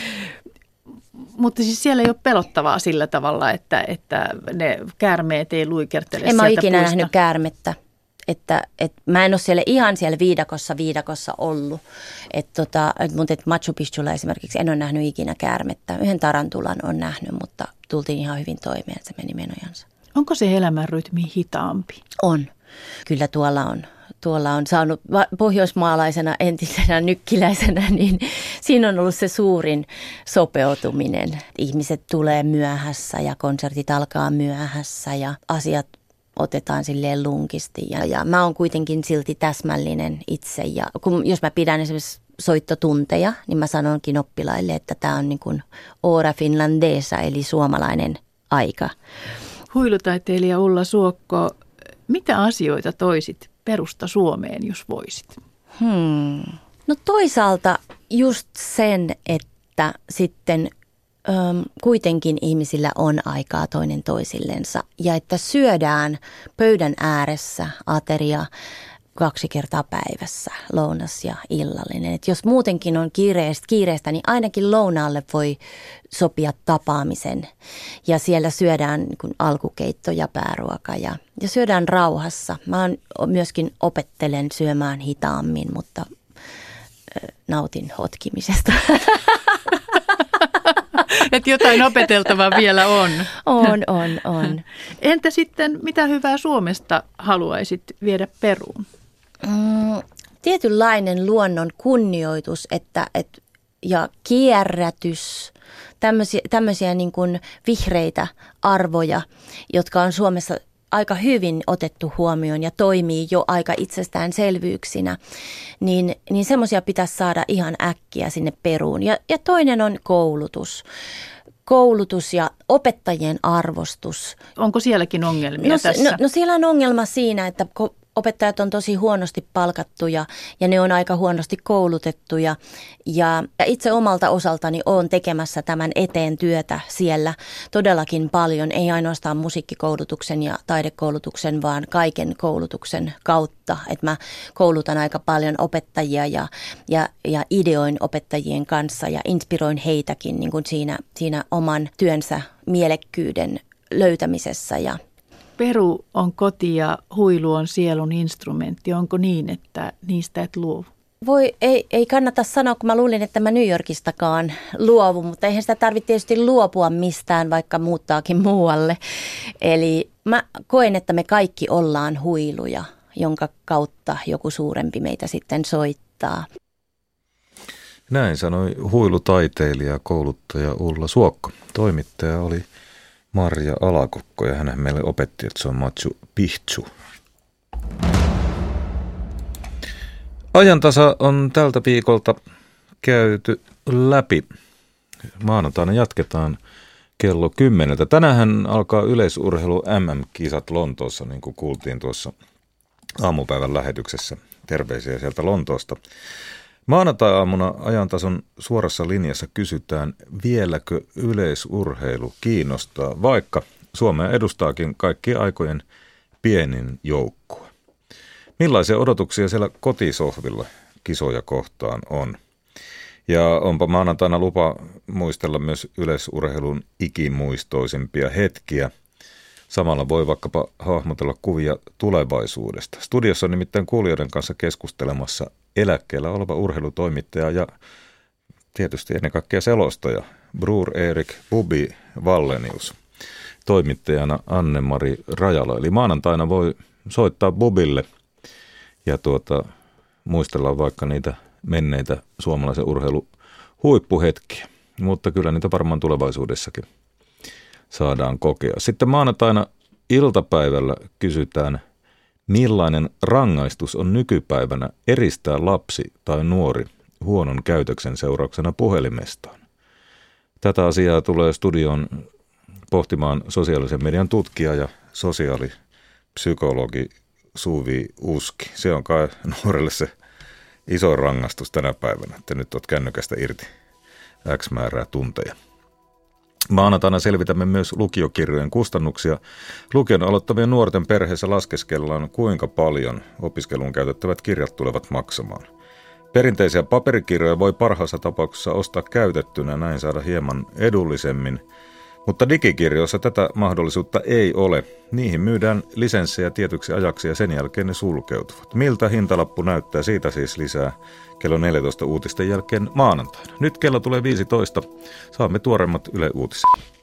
Mutta siis siellä ei ole pelottavaa sillä tavalla, että ne käärmeet ei luikertele sieltä puista. En mä ikinä puista. nähnyt käärmettä. Että mä en ole siellä ihan siellä viidakossa ollut. Mutta Machu Picchulla esimerkiksi en ole nähnyt ikinä käärmettä. Yhden tarantulan on nähnyt, mutta tultiin ihan hyvin toimeen, että se meni menojansa. Onko se elämänrytmi hitaampi? On. Kyllä tuolla on saanut pohjoismaalaisena entisenä nykkiläisenä, niin siinä on ollut se suurin sopeutuminen. Ihmiset tulee myöhässä ja konsertit alkaa myöhässä ja asiat otetaan silleen lunkisti ja mä oon kuitenkin silti täsmällinen itse ja jos mä pidän esimerkiksi soittotunteja, niin mä sanonkin oppilaille, että tää on niin kuin ora finlandesa eli suomalainen aika. Huilutaiteilija Ulla Suokko, mitä asioita toisit Perusta Suomeen, jos voisit? No toisaalta just sen, että sitten kuitenkin ihmisillä on aikaa toinen toisillensa ja että syödään pöydän ääressä ateria 2 kertaa päivässä, lounas ja illallinen. Et jos muutenkin on kiireestä, niin ainakin lounaalle voi sopia tapaamisen ja siellä syödään niin kuin alkukeitto ja pääruoka ja syödään rauhassa. Mä myöskin opettelen syömään hitaammin, mutta nautin hotkimisesta. Että jotain opeteltavaa vielä on. On. Entä sitten, mitä hyvää Suomesta haluaisit viedä Peruun? Tietynlainen luonnon kunnioitus ja kierrätys, tämmöisiä niin kuin vihreitä arvoja, jotka on Suomessa aika hyvin otettu huomioon ja toimii jo aika itsestäänselvyyksinä, niin semmoisia pitäisi saada ihan äkkiä sinne Peruun. Ja toinen on koulutus ja opettajien arvostus. Onko sielläkin ongelmia tässä? No siellä on ongelma siinä, että opettajat on tosi huonosti palkattuja ja ne on aika huonosti koulutettuja. Ja itse omalta osaltani olen tekemässä tämän eteen työtä siellä todellakin paljon, ei ainoastaan musiikkikoulutuksen ja taidekoulutuksen, vaan kaiken koulutuksen kautta. Että mä koulutan aika paljon opettajia ja ideoin opettajien kanssa ja inspiroin heitäkin niin kuin siinä oman työnsä mielekkyyden löytämisessä. Peru on koti ja huilu on sielun instrumentti. Onko niin, että niistä et luovu? Ei kannata sanoa, kun mä luulin, että mä New Yorkistakaan luovun, mutta eihän sitä tarvitse tietysti luopua mistään, vaikka muuttaakin muualle. Eli mä koen, että me kaikki ollaan huiluja, jonka kautta joku suurempi meitä sitten soittaa. Näin sanoi huilutaiteilija, kouluttaja Ulla Suokko. Toimittaja oli Marja Alakokko ja hän meille opetti, että se on Machu Picchu. Ajantasa on tältä viikolta käyty läpi. Maanantaina jatketaan kello 10. Tänään alkaa yleisurheilu MM-kisat Lontoossa, niin kuin kuultiin tuossa aamupäivän lähetyksessä. Terveisiä sieltä Lontoosta. Maanantai-aamuna Ajantason suorassa linjassa kysytään, vieläkö yleisurheilu kiinnostaa, vaikka Suomea edustaakin kaikkien aikojen pienin joukkue. Millaisia odotuksia siellä kotisohvilla kisoja kohtaan on? Ja onpa maanantaina lupa muistella myös yleisurheilun ikimuistoisimpia hetkiä. Samalla voi vaikkapa hahmotella kuvia tulevaisuudesta. Studiossa on nimittäin kuulijoiden kanssa keskustelemassa eläkkeellä oleva urheilutoimittaja ja tietysti ennen kaikkea selostaja Bror Erik Bubi Wallenius. Toimittajana Anne-Mari Rajala. Eli maanantaina voi soittaa Bubille ja muistellaan vaikka niitä menneitä suomalaisen urheilun huippuhetkiä. Mutta kyllä niitä varmaan tulevaisuudessakin saadaan kokea. Sitten maanantaina iltapäivällä kysytään, millainen rangaistus on nykypäivänä eristää lapsi tai nuori huonon käytöksen seurauksena puhelimestaan. Tätä asiaa tulee studioon pohtimaan sosiaalisen median tutkija ja sosiaalipsykologi Suvi Uski. Se on kai nuorelle se iso rangaistus tänä päivänä, että nyt olet kännykästä irti X määrää tunteja. Maanantaina selvitämme myös lukiokirjojen kustannuksia. Lukion aloittavien nuorten perheessä laskeskellaan, kuinka paljon opiskeluun käytettävät kirjat tulevat maksamaan. Perinteisiä paperikirjoja voi parhaassa tapauksessa ostaa käytettynä, näin saada hieman edullisemmin. Mutta digikirjoissa tätä mahdollisuutta ei ole. Niihin myydään lisenssejä tietyksi ajaksi ja sen jälkeen ne sulkeutuvat. Miltä hintalappu näyttää, siitä siis lisää kello 14 uutisten jälkeen maanantaina. Nyt kello tulee 15. Saamme tuoreimmat Yle Uutiset.